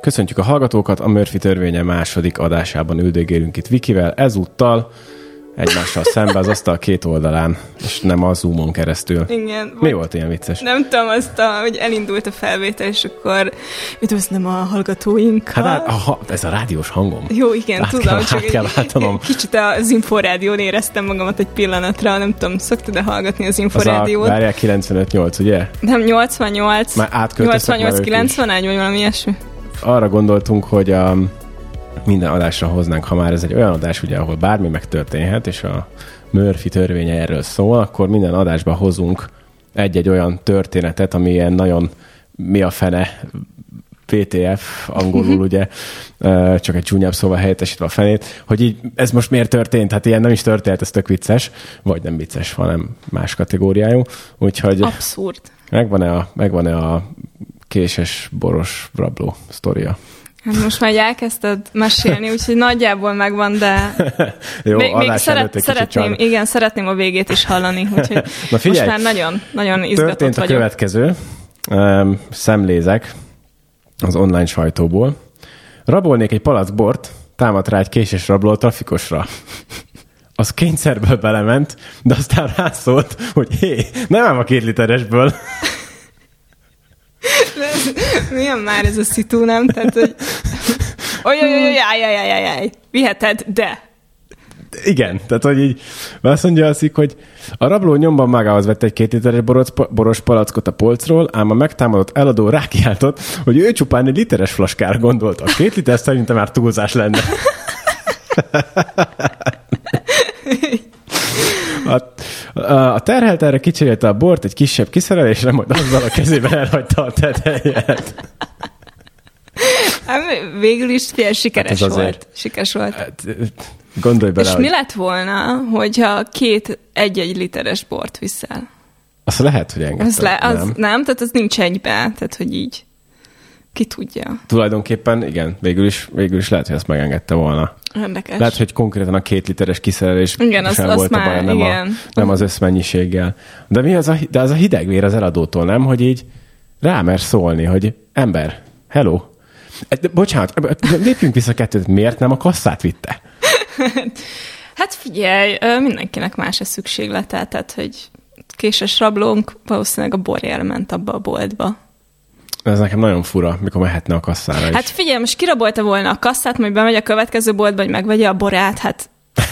Köszöntjük a hallgatókat, a Murphy törvénye második adásában üldögélünk itt Vikivel, ezúttal egymással szembe az asztal két oldalán, és nem a Zoomon keresztül. Igen. Mi volt ilyen vicces? Nem tudom, hogy elindult a felvétel, és akkor üdvözlöm a hallgatóinkat. Hát ez a rádiós hangom. Jó, igen, tudom, csak egy kicsit az Inforádión éreztem magamat egy pillanatra, nem tudom, szoktad-e hallgatni az Inforádiót? Az a várjál 95-8, ugye? Nem, 88. Már átköltöztek 88-91, vagy valami ilyesmi. Arra gondoltunk, hogy minden adásra hoznánk, ha már ez egy olyan adás, ugye, ahol bármi megtörténhet, és a Murphy törvénye erről szól, akkor minden adásban hozunk egy-egy olyan történetet, ami ilyen nagyon mi a fene, PTF angolul, ugye, csak egy csúnyább szóval helyettesítve a fenét, hogy így ez most miért történt? Hát ilyen nem is történt, ez tök vicces, vagy nem vicces, hanem más kategóriájú. Úgyhogy abszurd. Megvan-e a késes boros rabló sztoria? Hát most már elkezdted mesélni, úgyhogy nagyjából megvan, de jó, még szeretném a végét is hallani, úgyhogy na figyelj, most már nagyon izgatott történt vagyok. A következő, szemlézek az online sajtóból. Rabolnék egy palack bort, támadt rá egy késes rabló a trafikosra. Az kényszerből belement, de aztán rászólt, hogy hé, nem ám a 2 literesből. Milyen már ez a szitu, nem? Tehát, hogy viheted, de. Igen, tehát, hogy így azt mondja hogy a rabló nyomban magához vett egy 2 literes boros palackot a polcról, ám a megtámadott eladó rákiáltott, hogy ő csupán egy literes flaskára gondolt. A 2 liter szerintem már túlzás lenne. A terhelt erre kicserélte a bort egy kisebb kiszerelésre, majd azzal a kezében elhagyta a tetejét. Hát végül is sikeres volt. Sikeres volt. Hát, gondolj bele. És mi lett volna, hogyha 2 1 literes bort viszel? Azt lehet, hogy engedtem. Nem, tehát az nincs egybe, tehát hogy így. Ki tudja. Tulajdonképpen igen, végül is lehet, hogy ezt megengedte volna. Érdekes. Lehet, hogy konkrétan a 2 literes kiszerelés sem volt a baj, nem az összmennyiséggel. De de az a hidegvér az eladótól, nem? Hogy így rámer szólni, hogy ember, hello. Bocsánat, lépjünk vissza 2-t, miért nem a kasszát vitte? Hát figyelj, mindenkinek más a szükséglete, tehát hogy késes rablónk valószínűleg a borjára ment abba a boltba. Ez nekem nagyon fura, mikor mehetne a kasszára is. Hát figyelj, most kirabolta volna a kasszát, majd bemegy a következő boltba, hogy megvegye a borát, hát...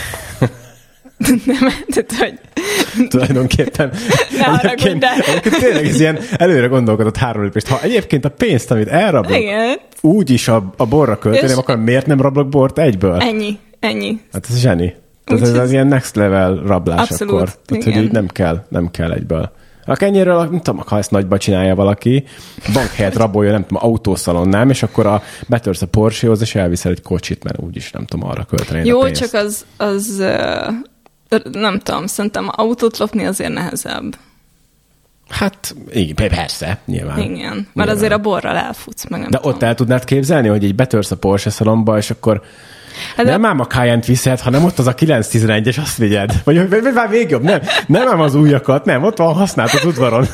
Nem, tehát, hogy... Tulajdonképpen. Egyébként tényleg ez ilyen előre gondolkodott 3 lépést. Ha egyébként a pénzt, amit elrablok, úgyis a borra költeném, akkor miért nem rablok bort egyből? Ennyi. Hát ez zseni. Tehát ez az ilyen next level rablás. Abszolút, akkor. Tehát, hogy így nem kell egyből. Ennyiről, nem tudom, ha ezt nagyba csinálja valaki, bank helyett rabolja, nem tudom, autószalonnám, és akkor betörsz a Porsche-hoz, és elviszel egy kocsit, mert úgyis nem tudom, arra költeni a pénzt. Jó, csak az nem tudom, szerintem autót lopni azért nehezebb. Hát, igen, persze, nyilván. Igen, mert azért a borral elfutsz, meg nem de tudom. Ott el tudnád képzelni, hogy így betörsz a Porsche szalomba, és akkor nem ám a Cayenne-t viszed, hanem ott az a 911-es, azt vigyed. Vagy már még jobb, nem ám az újakat, nem, ott van használt az udvaron.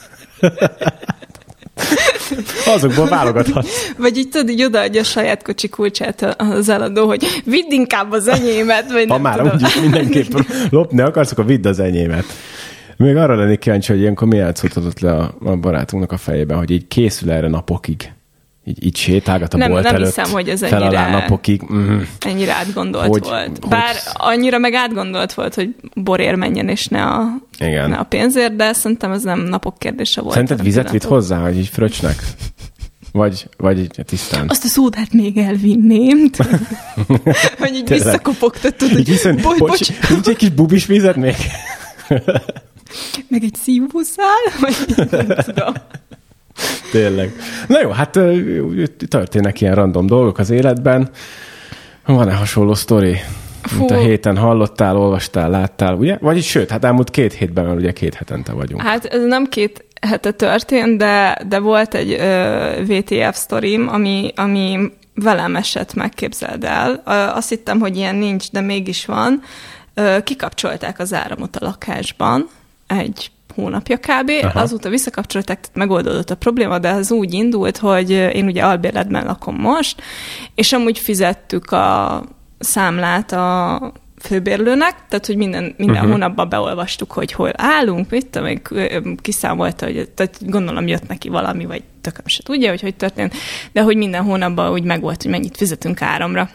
Azokból válogathatsz. Vagy így tudod, így odaadja a saját kocsi kulcsát az eladó, hogy vidd inkább az enyémet, vagy nem tudom. Ha már úgyis mindenképp lopni akarsz, akkor vidd az enyémet. Még arra lennék kíváncsi, hogy ilyenkor mi játszódhatott le a barátunknak a fejében, hogy így készül erre napokig. Így sétálgat a bolt előtt. Nem hiszem, hogy ez ennyire átgondolt volt. Bár annyira meg átgondolt volt, hogy borért menjen, és ne a pénzért, de szerintem ez nem napok kérdése volt. Szerinted vizet vitt hozzá, hogy így fröcsnek? Vagy így tisztán? Azt a szódát még elvinném. Hogy így visszakopogtatod, hogy bocs. Nincs egy kis bubis vizet még? Meg egy szívószál? Vagy nem tudom. Tényleg. Na jó, hát történnek ilyen random dolgok az életben. Van-e hasonló sztori? Mint a héten hallottál, olvastál, láttál, ugye? Vagyis sőt, hát elmúlt 2 hétben, mert ugye 2 hetente vagyunk. Hát ez nem 2 hete történt, de volt egy VTF sztorim, ami velem esett, megképzeld el. Azt hittem, hogy ilyen nincs, de mégis van. Kikapcsolták az áramot a lakásban egy hónapja kb. Aha. Azóta visszakapcsolták, tehát megoldódott a probléma, de ez úgy indult, hogy én ugye albérletben lakom most, és amúgy fizettük a számlát a főbérlőnek, tehát hogy minden hónapban beolvastuk, hogy hol állunk, mit tudom, még kiszámolta, hogy tehát gondolom jött neki valami, vagy tököm se tudja, hogy történt, de hogy minden hónapban úgy megvolt, hogy mennyit fizetünk áramra.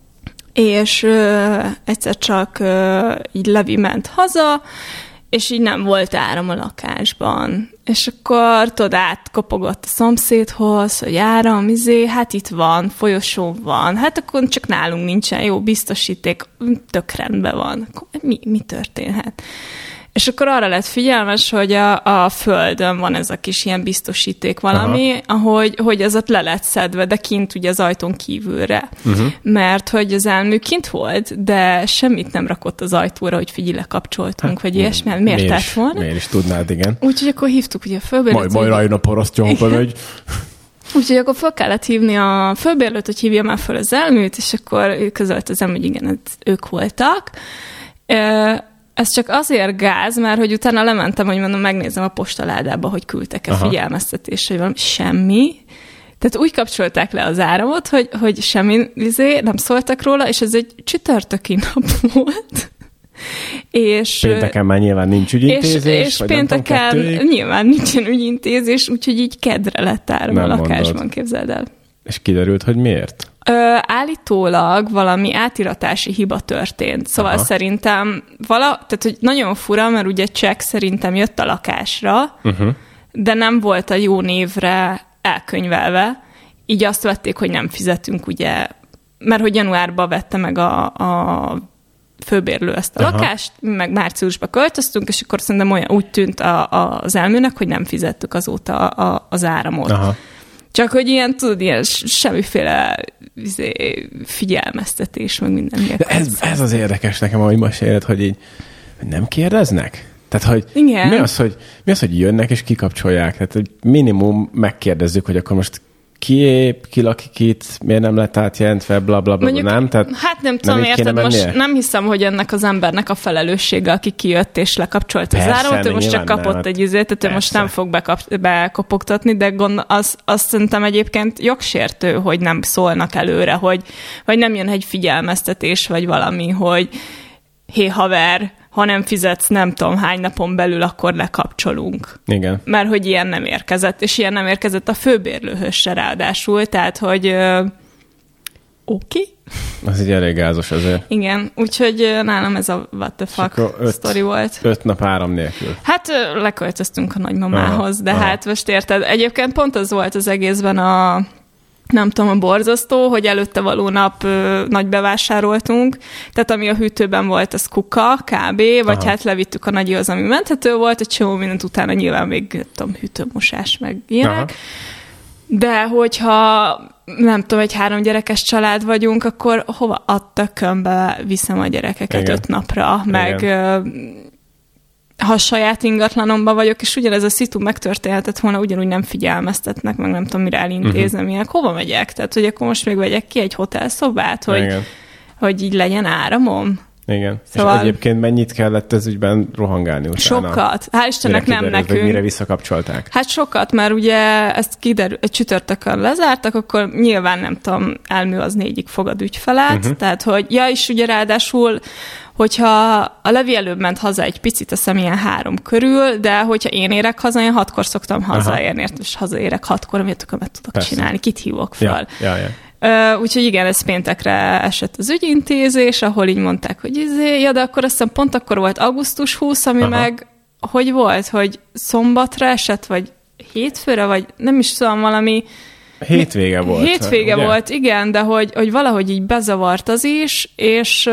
És egyszer csak így Levi ment haza, és így nem volt áram a lakásban. És akkor átkopogott a szomszédhoz, hogy áram, hát itt van, folyosó van, hát akkor csak nálunk nincsen jó biztosíték, tök rendben van. Mi történhet? És akkor arra lett figyelmes, hogy a földön van ez a kis ilyen biztosíték valami, hogy ez ott le lett szedve, de kint ugye az ajtón kívülre. Mert hogy az elmű kint volt, de semmit nem rakott az ajtóra, hogy figyelj, lekapcsoltunk, vagy ilyesmi. Miért tett volna? Miért is tudnád, igen. Úgyhogy akkor hívtuk ugye a főbérlőt. Majd rájön a parasztja, megy. Úgyhogy akkor fel kellett hívni a főbérlőt, hogy hívja már fel az elműt, és akkor ő közölt az elmű, hogy igen, ők voltak. Ez csak azért gáz, mert hogy utána lementem, hogy mondom, megnézem a postaládába, hogy küldtek-e figyelmeztetést, hogy valami semmi. Tehát úgy kapcsolták le az áramot, hogy semmi nem szóltak róla, és ez egy csütörtöki nap volt. És pénteken már nyilván nincs ügyintézés. És pénteken nyilván nincsen ügyintézés, úgyhogy így kedre lett áram a lakásban, képzeld el. És kiderült, hogy miért? Állítólag valami átiratási hiba történt. Szóval szerintem tehát hogy nagyon fura, mert ugye csekk szerintem jött a lakásra, de nem volt a jó névre elkönyvelve. Így azt vették, hogy nem fizetünk, ugye, mert hogy januárban vette meg a főbérlő ezt a lakást, meg márciusba költöztünk, és akkor szerintem olyan úgy tűnt az elműnek, hogy nem fizettük azóta az áramot. Csak hogy ilyen, tudod, ilyen semmiféle figyelmeztetés, meg minden. De ez az érdekes nekem, ahogy meséled, hogy így nem kérdeznek? Tehát, hogy mi az, hogy jönnek és kikapcsolják? Tehát, hogy minimum megkérdezzük, hogy akkor most ki lakik itt, miért nem lett átjelentve, blablabla, nem? Tehát hát nem tudom, érted, most nem hiszem, hogy ennek az embernek a felelőssége, aki kijött és lekapcsolt az áramot, ő most csak kapott egy izét, tehát ő most nem fog bekopogtatni, de azt szerintem egyébként jogsértő, hogy nem szólnak előre, hogy nem jön egy figyelmeztetés, vagy valami, hogy hé haver, ha nem fizetsz nem tudom hány napon belül, akkor lekapcsolunk. Igen. Mert hogy ilyen nem érkezett, és ilyen nem érkezett a főbérlőhöz se ráadásul, tehát hogy oké. Az így elég gázos azért. Igen, úgyhogy nálam ez a what the fuck sztori volt. 5 nap áram nélkül. Hát leköltöztünk a nagymamához, de hát most érted, egyébként pont az volt az egészben nem tudom, a borzasztó, hogy előtte való nap nagy bevásároltunk, tehát ami a hűtőben volt, az kuka, kb., vagy hát levittük a nagyihoz, ami menthető volt, egy csomó mindent utána nyilván még, tudom, hűtőmosás, meg ilyenek. De hogyha, nem tudom, egy 3 gyerekes család vagyunk, akkor hova a tökönbe viszem a gyerekeket 5 napra, meg ha saját ingatlanomban vagyok, és ugyanez a szitu megtörténhetett volna, ugyanúgy nem figyelmeztetnek, meg nem tudom, mire elintézem, ilyenek. Hova megyek? Tehát, hogy akkor most még vegyek ki egy hotelszobát, hogy így legyen áramom? Igen. Szóval... És egyébként mennyit kellett ez ügyben rohangálni utána? Sokat. Hál' Istennek nem nekünk. Mire visszakapcsolták? Hát sokat, mert ugye ezt egy csütörtökön lezártak, akkor nyilván nem tudom, elmű az 4-ig fogad ügyfelet, tehát hogy, és ugye ráadásul hogyha a Levi előbb ment haza egy picit, azt hiszem ilyen 3 körül, de hogyha én érek haza, én 6-kor szoktam hazaérni, és hazaérek 6-kor, amit tökömet tudok csinálni, kit hívok fel. Úgyhogy igen, ez péntekre esett az ügyintézés, ahol így mondták, hogy de akkor azt hiszem pont akkor volt augusztus 20, ami meg, hogy volt, hogy szombatra esett, vagy hétfőre, vagy nem is tudom, valami... Hétvége volt. Hétvége volt, igen, de hogy valahogy így bezavart az is, és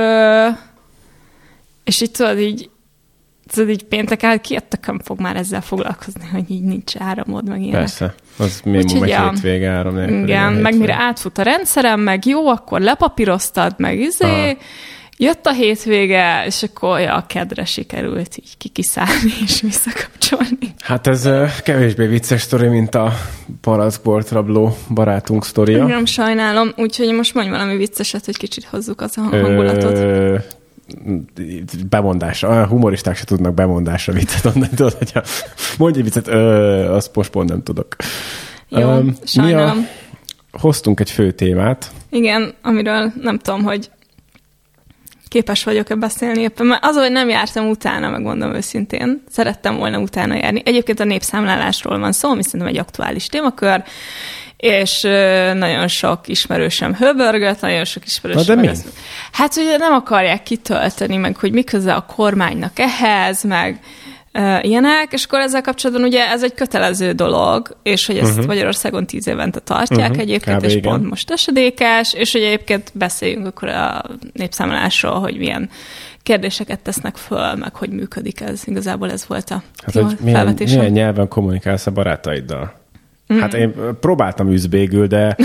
így tudod, így pénteken ki a tököm fog már ezzel foglalkozni, hogy így nincs áramod, meg ilyenek. Persze, az minimum egy hétvége áram nélkül. Igen, meg mire átfut a rendszerem, meg jó, akkor lepapíroztad, meg jött a hétvége, és akkor a kedre sikerült így kiszállni és visszakapcsolni. Hát ez kevésbé vicces sztori, mint a palackbortrabló barátunk sztoria. Nem sajnálom, úgyhogy most mondj valami vicceset, hogy kicsit hozzuk az a hangulatot. bemondásra, olyan humoristák se tudnak bemondásra viccet mondani, tudod, hogyha mondj egy viccet, azt most pont nem tudok. Jó, sajnálom. Hoztunk egy fő témát. Igen, amiről nem tudom, hogy képes vagyok-e beszélni éppen, mert az, hogy nem jártam utána, megmondom őszintén, szerettem volna utána járni. Egyébként a népszámlálásról van szó, ami szerintem egy aktuális témakör, és nagyon sok ismerősöm hőbörgött, nagyon sok ismerősöm... Na de mi? Hát ugye nem akarják kitölteni, meg hogy mi köze a kormánynak ehhez, meg ilyenek, és akkor ezzel kapcsolatban ugye ez egy kötelező dolog, és hogy ezt Magyarországon 10 évente tartják egyébként, és igen. pont most esedékes, és hogy egyébként beszéljünk akkor a népszámlálásról, hogy milyen kérdéseket tesznek föl, meg hogy működik ez. Igazából ez volt a felvetésem. Milyen nyelven kommunikálsz a barátaiddal? Hát én próbáltam üzbégül, de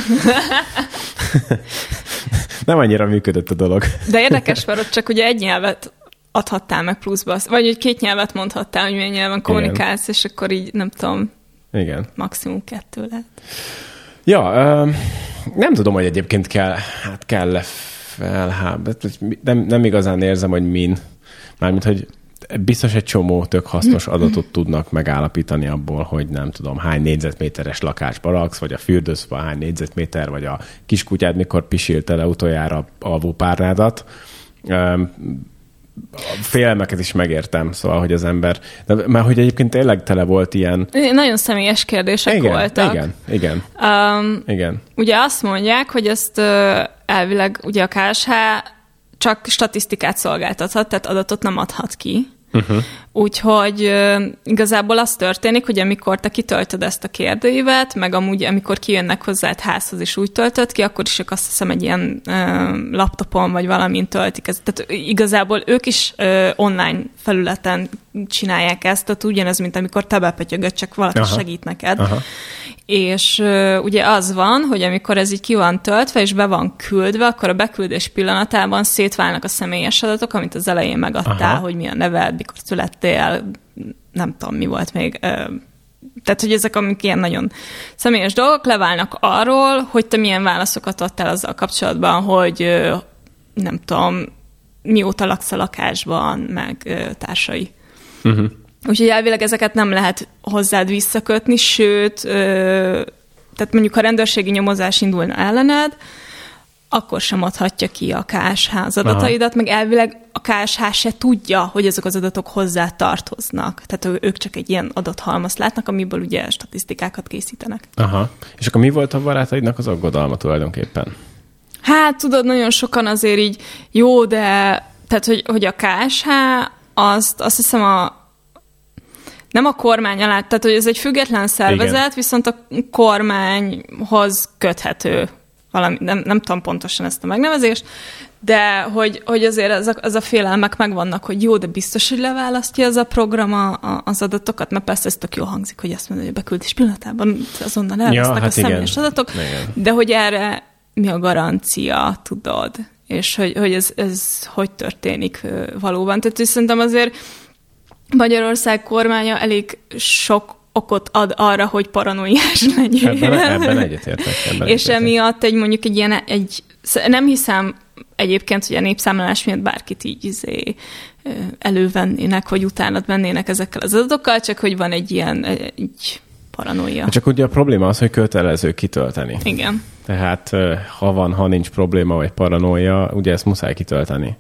nem annyira működött a dolog. De érdekes, mert ott csak ugye egy nyelvet adhattál meg pluszba, vagy hogy 2 nyelvet mondhattál, hogy milyen nyelven kommunikálsz, és akkor így, nem tudom, igen. maximum 2 lett. Ja, nem tudom, hogy egyébként kell nem igazán érzem, hogy min. Mármint, hogy biztos egy csomó tök hasznos adatot tudnak megállapítani abból, hogy nem tudom, hány négyzetméteres lakásba laksz, vagy a fürdőszoba hány négyzetméter, vagy a kiskutyád mikor pisilte le utoljára alvópárnádat. A félelmeket is megértem, szóval, hogy az ember... Mert hogy egyébként tényleg tele volt ilyen... Nagyon személyes kérdések voltak. Igen. Ugye azt mondják, hogy ezt elvileg ugye a KSH csak statisztikát szolgáltathat, tehát adatot nem adhat ki. Úgyhogy igazából az történik, hogy amikor te kitöltöd ezt a kérdőívet, meg amúgy amikor kijönnek hozzád házhoz és úgy töltöd ki, akkor is ők azt hiszem egy ilyen laptopon vagy valamin töltik. Tehát igazából ők is online felületen csinálják ezt, tehát ugyanez, mint amikor te bepötyögöd, csak valaki segít neked. És ugye az van, hogy amikor ez így ki van töltve, és be van küldve, akkor a beküldés pillanatában szétválnak a személyes adatok, amit az elején megadtál, hogy mi a neved, mikor születtél, nem tudom, mi volt még. Tehát, hogy ezek, amik ilyen nagyon személyes dolgok, leválnak arról, hogy te milyen válaszokat adtál azzal kapcsolatban, hogy nem tudom, mióta laksz a lakásban, meg társai. Úgyhogy elvileg ezeket nem lehet hozzád visszakötni, sőt, tehát mondjuk, ha rendőrségi nyomozás indulna ellened, akkor sem adhatja ki a KSH az adataidat, meg elvileg a KSH se tudja, hogy ezek az adatok hozzá tartoznak. Tehát ők csak egy ilyen adathalmazt látnak, amiből ugye statisztikákat készítenek. És akkor mi volt a barátaidnak az aggodalma tulajdonképpen? Hát tudod, nagyon sokan azért így jó, de tehát, hogy a KSH azt hiszem nem a kormány alá, tehát hogy ez egy független szervezet, igen. Viszont a kormányhoz köthető valami, nem tudom pontosan ezt a megnevezést, de hogy azért az a félelmek megvannak, hogy jó, de biztos, hogy leválasztja ez a program az adatokat, mert persze ez tök jól hangzik, hogy azt mondja, hogy a beküldés pillanatában azonnal elvesznek a személyes adatok, igen. De hogy erre mi a garancia, tudod, és hogy ez hogy történik valóban. Tehát szerintem azért Magyarország kormánya elég sok okot ad arra, hogy paranoiás legyen. Ebben egyetértek. És emiatt mondjuk egy ilyen, nem hiszem egyébként, hogy a népszámlálás miatt bárkit így elővennének, vagy utánat vennének ezekkel az adatokkal, csak hogy van egy ilyen paranoia. Csak ugye a probléma az, hogy kötelező kitölteni. Igen. Tehát ha nincs probléma, vagy paranoia, ugye ezt muszáj kitölteni.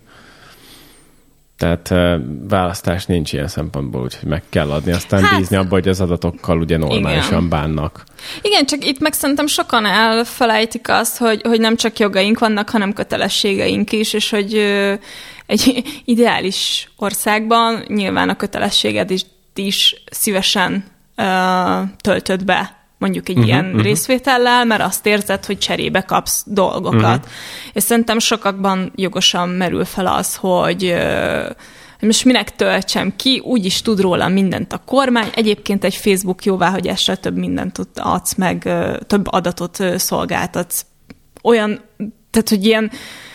Tehát választás nincs ilyen szempontból, úgyhogy meg kell adni, aztán bízni abba, hogy az adatokkal ugye normálisan bánnak. Igen, csak itt meg szerintem sokan elfelejtik azt, hogy nem csak jogaink vannak, hanem kötelességeink is, és hogy egy ideális országban nyilván a kötelességed is szívesen töltöd be, mondjuk egy ilyen részvétellel, mert azt érzed, hogy cserébe kapsz dolgokat. És szerintem sokakban jogosan merül fel az, hogy most minek töltsem ki, úgyis tud róla mindent a kormány. Egyébként egy Facebook jóváhagyással több mindent adsz meg, több adatot szolgáltatsz. Olyan, tehát, hogy ilyen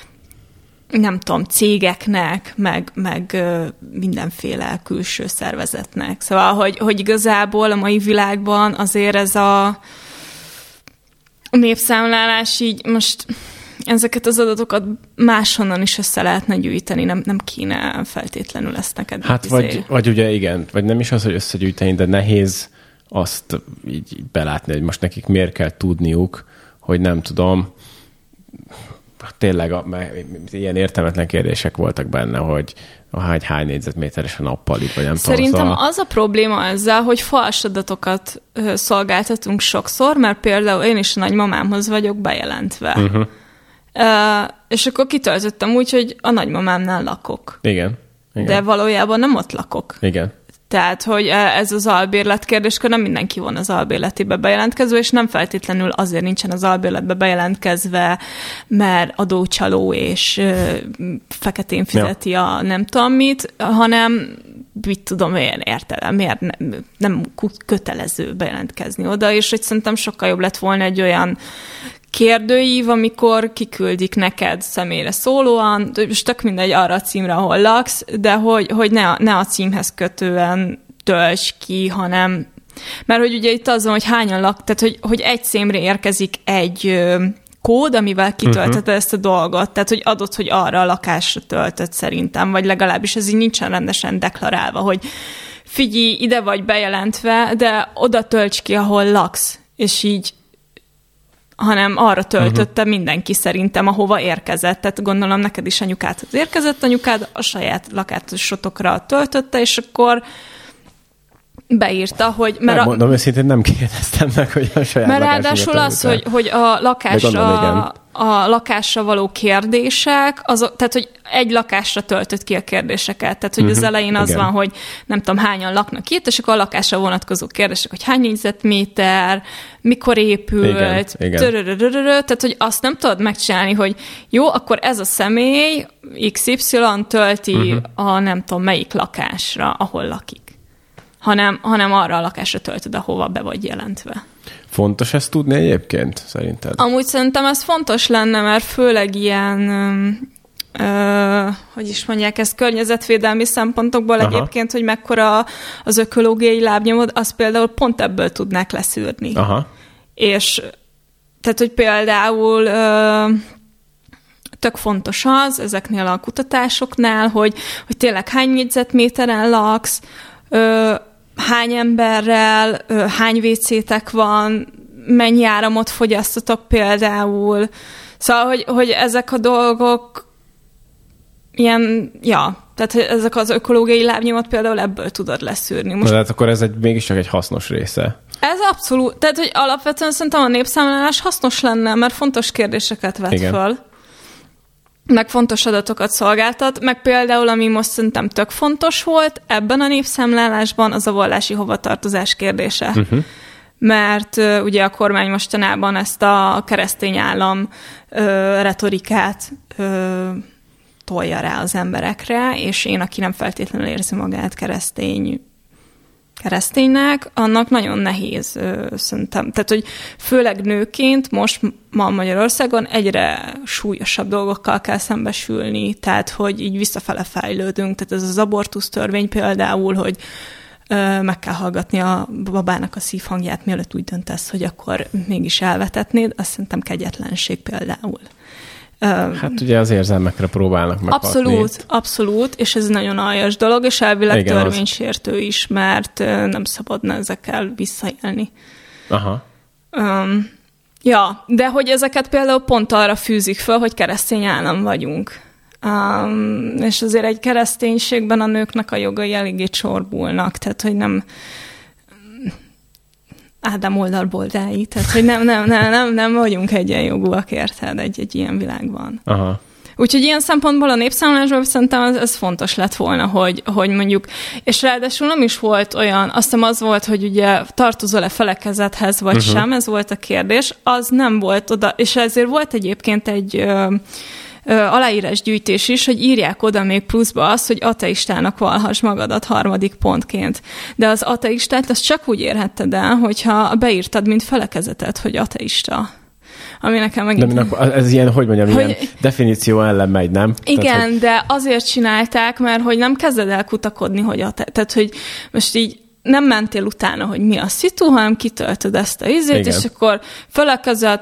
nem tudom, cégeknek, meg mindenféle külső szervezetnek. Szóval, hogy igazából a mai világban azért ez a népszámlálás így most ezeket az adatokat máshonnan is össze lehetne gyűjteni, nem kéne feltétlenül ezt neked. Hát vagy ugye igen, vagy nem is az, hogy összegyűjteni, de nehéz azt így belátni, hogy most nekik miért kell tudniuk, hogy nem tudom, tényleg ilyen értelmetlen kérdések voltak benne, hogy hány négyzetméteres a nappali, vagy nem Szerintem tudom. az a probléma ezzel, hogy fals adatokat szolgáltatunk sokszor, mert például én is a nagymamámhoz vagyok bejelentve. És akkor kitöltöttem úgy, hogy a nagymamámnál lakok. Igen. De valójában nem ott lakok. Igen. Tehát, hogy ez az albérlet kérdéskör, nem mindenki van az albérletébe bejelentkezve, és nem feltétlenül azért nincsen az albérletbe bejelentkezve, mert adócsaló és feketén fizeti a nem tudom mit, hanem mit tudom én, értelem, miért nem kötelező bejelentkezni oda, és hogy szerintem sokkal jobb lett volna egy olyan kérdőív, amikor kiküldik neked személyre szólóan, és tök mindegy arra a címre, ahol laksz, de hogy ne a címhez kötően tölts ki, hanem... Mert hogy ugye itt az van, hogy hányan tehát hogy egy címre érkezik egy kód, amivel kitöltöd ezt a dolgot. Tehát, hogy adott, hogy arra a lakásra töltött szerintem, vagy legalábbis ez így nincsen rendesen deklarálva, hogy figyelj, ide vagy bejelentve, de oda tölts ki, ahol laksz. És így hanem arra töltötte mindenki szerintem, ahova érkezett. Tehát gondolom neked is anyukádhoz érkezett, anyukád a saját lakásotokra töltötte, és akkor beírta, hogy... Mondom őszintén, nem kérdeztem meg, hogy a saját mert ráadásul az, hogy a lakásra való kérdések, tehát, hogy egy lakásra töltött ki a kérdéseket. Tehát, hogy az elején az van, hogy nem tudom, hányan laknak itt, és akkor a lakásra vonatkozó kérdések, hogy hány négyzetméter, mikor épült, tehát, hogy azt nem tudod megcsinálni, hogy jó, akkor ez a személy XY tölti a nem tudom melyik lakásra, ahol lakik. Hanem arra a lakásra töltöd, ahova be vagy jelentve. Fontos ezt tudni egyébként, szerinted? Amúgy szerintem ez fontos lenne, mert főleg ilyen, hogy is mondják ezt, környezetvédelmi szempontokból egyébként, hogy mekkora az ökológiai lábnyomod, azt például pont ebből tudnák leszűrni. Aha. És tehát, hogy például tök fontos az ezeknél a kutatásoknál, hogy tényleg hány négyzetméteren laksz, hány emberrel, hány WC-tek van, mennyi áramot fogyasztotok például. Szóval, hogy ezek a dolgok ilyen, tehát ezek az ökológiai lábnyomot például ebből tudod leszűrni. Most... Tehát akkor ez mégiscsak egy hasznos része. Ez abszolút. Tehát, hogy alapvetően szerintem a népszámlálás hasznos lenne, mert fontos kérdéseket vet föl. Meg fontos adatokat szolgáltat, meg például, ami most szerintem tök fontos volt ebben a népszámlálásban, az a vallási hovatartozás kérdése. Mert ugye a kormány mostanában ezt a keresztény állam retorikát tolja rá az emberekre, és én, aki nem feltétlenül érzi magát kereszténynek, annak nagyon nehéz szerintem. Tehát, hogy főleg nőként most ma Magyarországon egyre súlyosabb dolgokkal kell szembesülni, tehát, hogy így visszafele fejlődünk. Tehát ez az abortusz törvény például, hogy meg kell hallgatni a babának a szívhangját, mielőtt úgy döntesz, hogy akkor mégis elvetetnéd, azt szerintem kegyetlenség például. Hát ugye az érzelmekre próbálnak meghatni. Abszolút, és ez nagyon aljas dolog, és elvileg törvénysértő is, mert nem szabadna ezekkel visszaélni. Aha. De hogy ezeket például pont arra fűzik föl, hogy keresztény állam vagyunk. És azért egy kereszténységben a nőknek a jogai eléggé csorbulnak, tehát hogy nem Ádám oldalboldái, tehát hogy nem vagyunk egyenjogúak, érted, egy ilyen világban. Aha. Úgyhogy ilyen szempontból a népszámlálásban szerintem ez fontos lett volna, hogy mondjuk, és ráadásul nem is volt olyan, azt hiszem az volt, hogy ugye tartozol-e felekezethez, vagy sem, ez volt a kérdés, az nem volt oda, és ezért volt egyébként egy aláírásgyűjtés is, hogy írják oda még pluszba azt, hogy ateistának vallhass magadat 3. pontként. De az ateistát azt csak úgy érhetted el, hogyha beírtad, mint felekezetet, hogy ateista. Ami nekem megint... De ez ilyen, hogy mondjam, ilyen definíció ellen megy, nem? Igen, tehát, de azért csinálták, mert hogy nem kezded el kutakodni, hogy tehát, hogy most így nem mentél utána, hogy mi a szitu, hanem kitöltöd ezt a izét, és akkor felekezet,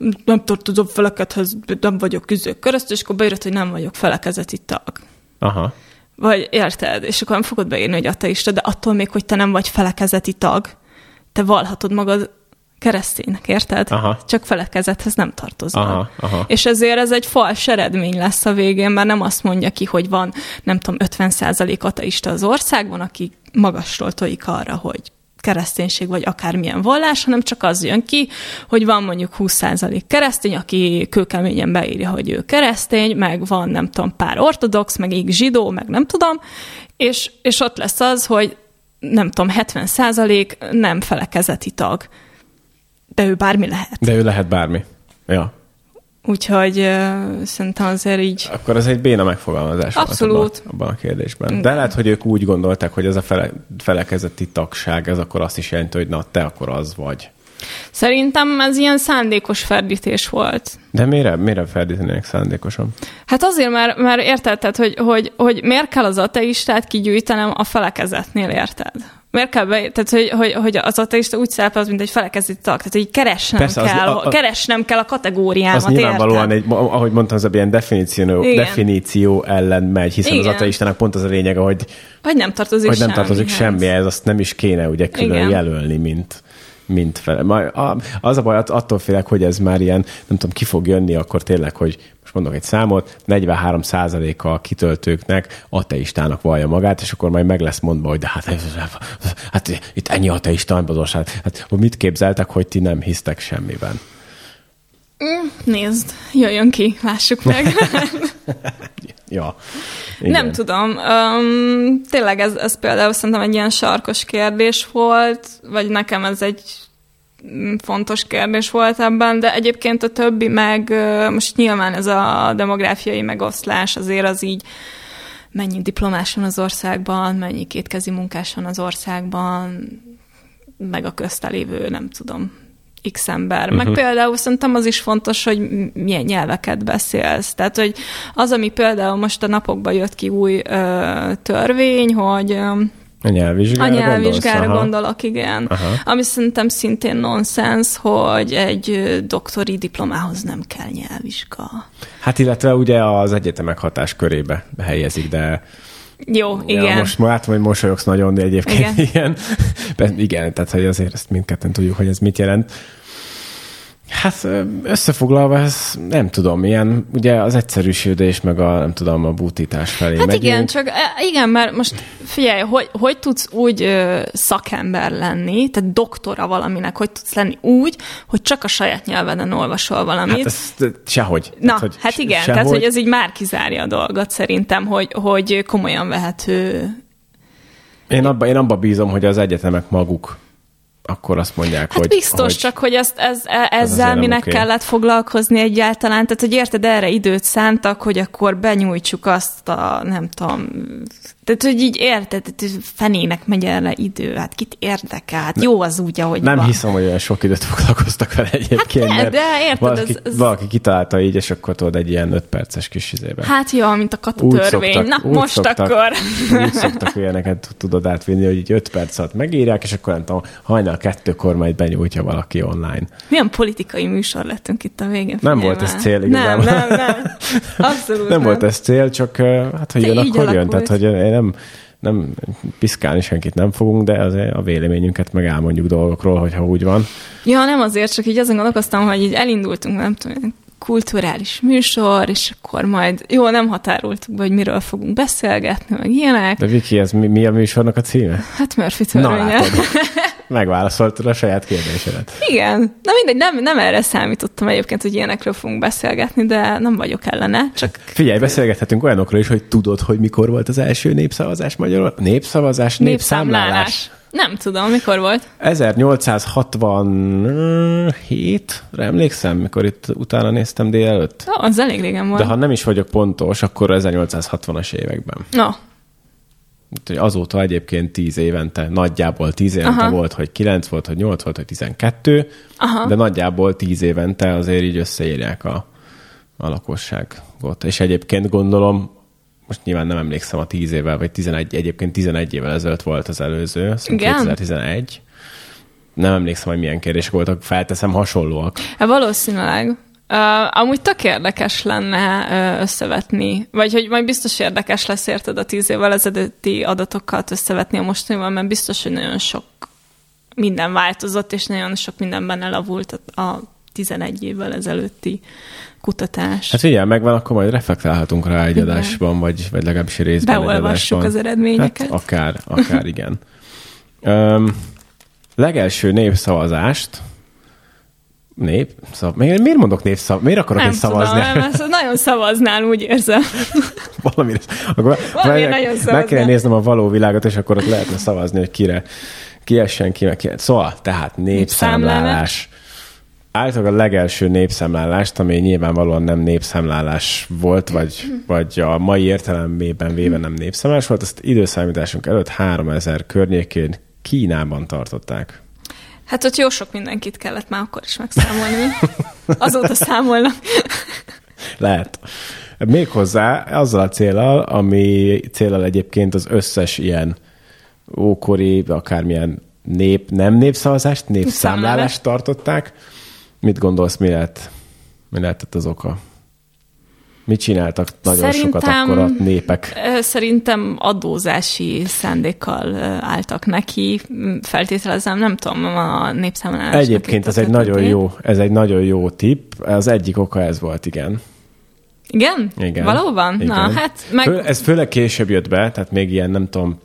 nem tartozom felekedhez, nem vagyok keresztény, és akkor beírod, hogy nem vagyok felekezeti tag. Aha. Vagy érted? És akkor nem fogod beírni, hogy ateista, de attól még, hogy te nem vagy felekezeti tag, te vallhatod magad kereszténynek, érted? Aha. Csak felekezethez nem tartozol. Aha. És ezért ez egy fals eredmény lesz a végén, mert nem azt mondja ki, hogy van, nem tudom, 50% ateista az országban, aki magasról tojik arra, hogy kereszténység vagy akármilyen vallás, hanem csak az jön ki, hogy van mondjuk 20% keresztény, aki kőkeményen beírja, hogy ő keresztény, meg van, nem tudom, pár ortodox, meg így zsidó, meg nem tudom, és ott lesz az, hogy nem tudom, 70% nem felekezeti tag. De ő bármi lehet. De ő lehet bármi. Ja. Úgyhogy szerintem azért így... Akkor ez egy béna megfogalmazás abszolút. Abban a kérdésben. De lehet, hogy ők úgy gondolták, hogy ez a felekezeti tagság, ez akkor azt is jelenti, hogy na, te akkor az vagy. Szerintem ez ilyen szándékos ferdítés volt. De miért ferdítenének szándékosan? Hát azért, mert érted, tehát, hogy miért kell az ateistát kigyűjtenem a felekezetnél, érted? Miért kell tehát, hogy az ateista úgy szerepel, mint egy felekezeti tag, tehát, hogy keresnem kell a kategóriámat, az nyilvánvalóan, ahogy mondtam, az ilyen definíció ellen megy, hiszen igen. Az ateistának pont az a lényege, hogy nem tartozik semmihez, azt nem is kéne ugye külön jelölni, mint fele. Az a baj, attól félek, hogy ez már ilyen, nem tudom, ki fog jönni, akkor tényleg, hogy most mondok egy számot, 43%-a a kitöltőknek ateistának vallja magát, és akkor majd meg lesz mondva, hogy de hát itt ennyi ateista, hát mit képzeltek, hogy ti nem hisztek semmiben? Nézd, jöjjön ki, lássuk meg. Ja. Igen. Nem tudom. Tényleg ez például szerintem egy ilyen sarkos kérdés volt, vagy nekem ez egy fontos kérdés volt ebben, de egyébként a többi meg most nyilván ez a demográfiai megoszlás azért az így mennyi diplomás van az országban, mennyi kétkezi munkás van az országban, meg a köztelévő, nem tudom, X ember. Meg például szerintem az is fontos, hogy milyen nyelveket beszélsz. Tehát, hogy az, ami például most a napokban jött ki új törvény, hogy a nyelvvizsgára gondolok, igen. Aha. Ami szerintem szintén nonsens, hogy egy doktori diplomához nem kell nyelvvizsga. Hát illetve ugye az egyetemek hatáskörébe helyezik, de jó, igen. Ja, most látom, hogy mosolyogsz nagyon, de egyébként igen. Igen, tehát hogy azért ezt mindketten tudjuk, hogy ez mit jelent. Hát összefoglalva, ez nem tudom, ilyen ugye az egyszerűsödés, meg a bútítás felé hát megyünk. Igen, mert most figyelj, hogy tudsz úgy szakember lenni, tehát doktora valaminek, hogy tudsz lenni úgy, hogy csak a saját nyelveden olvasol valamit. Hát ez sehogy. Na, hát igen, sehogy. Tehát hogy ez így már kizárja a dolgot szerintem, hogy komolyan vehető. Én abba bízom, hogy az egyetemek maguk akkor azt mondják, hát hogy... biztos, csak hogy ezzel minek kellett foglalkozni egyáltalán. Tehát, hogy érted, erre időt szántak, hogy akkor benyújtsuk azt a, nem tudom... Tehát, hogy így érted, fenének megy erre idő, hát kit érdekel, hát jó az úgy, ahogy nem van. Hiszem, hogy olyan sok időt foglalkoztak vele egyébként. Hát de érted, valaki kitalálta így, és akkor tudod egy ilyen 5 perces kis izében. Hát jó, mint a katatörvény. Na, most akkor. Úgy szoktak ilyeneket, tudod átvinni, hogy így 5 perc alatt megírják, és akkor nem tudom, hajnal 2-kor majd benyújtja valaki online. Milyen politikai műsor lettünk itt a végén? Nem volt ez cél igazából. Nem. Abszolút nem volt ez cél, csak hát, hogy jön, akkor jön. Tehát, hogy nem piszkálni senkit nem fogunk, de azért a véleményünket meg elmondjuk dolgokról, hogyha úgy van. Ja, nem azért, csak így azon gondolkoztam, hogy így elindultunk, nem tudom, kulturális műsor, és akkor majd, jó, nem határoltuk be, hogy miről fogunk beszélgetni, meg ilyenek. De Viki, ez mi a műsornak a címe? Hát Murphy törvénye. Megválaszoltad a saját kérdésedet. Igen. Na mindegy, nem erre számítottam egyébként, hogy ilyenekről fogunk beszélgetni, de nem vagyok ellene. Csak... Figyelj, beszélgethetünk olyanokról is, hogy tudod, hogy mikor volt az első népszavazás Magyarországon? Népszámlálás. Nem tudom, mikor volt? 1867-re emlékszem, mikor itt utána néztem délelőtt. Az elég régen volt. De ha nem is vagyok pontos, akkor 1860-as években. No. Azóta egyébként 10 évente, nagyjából 10 évente volt, hogy 9 volt, hogy 8 volt, hogy 12, de nagyjából 10 évente azért így összeírják a lakosságot. És egyébként gondolom, most nyilván nem emlékszem a 10 évvel, vagy 11 évvel ezelőtt volt az előző, azt 2011. nem emlékszem, hogy milyen kérdések voltak, felteszem, hasonlóak. Valószínűleg. Amúgy tök érdekes lenne összevetni, vagy hogy majd biztos érdekes lesz, érted, a 10 évvel ezelőtti adatokat összevetni a mostanival, mert biztos, hogy nagyon sok minden változott, és nagyon sok mindenben elavult a 11 évvel ezelőtti kutatás. Hát figyelj, megvan, akkor majd reflektálhatunk rá egy adásban, vagy legalábbis részben egy adásban. Beolvassuk az eredményeket. Hát akár igen. Legelső népszavazást miért mondok népszavazást? Miért akarok én szavazni? Nem tudom, nagyon szavaznál, úgy érzem. Valamire nagyon szavaznál. Meg kell néznem a való világot, és akkor ott lehetne szavazni, hogy ki essen, ki. Szóval, tehát népszámlálás. Általában a legelső népszámlálást, ami nyilvánvalóan nem népszámlálás volt, vagy a mai értelemében véve nem népszámlálás volt, azt időszámításunk előtt 3000 környékén Kínában tartották. Hát ott jó sok mindenkit kellett már akkor is megszámolni. Azóta számolnak. Lehet. Méghozzá azzal a céllal, ami céllal egyébként az összes ilyen ókori, akármilyen nem népszavazást, népszámlálást tartották. Mit gondolsz, mi lehetett az oka? Mit csináltak nagyon sokat akkor a népek? Szerintem adózási szándékkal álltak neki. Feltételezem, nem tudom, a népszámlálásnak. Egyébként ez egy nagyon jó tipp. Az egyik oka ez volt, igen. Igen? Igen. Valóban? Igen. Na, hát ez főleg később jött be, tehát még ilyen, nem tudom,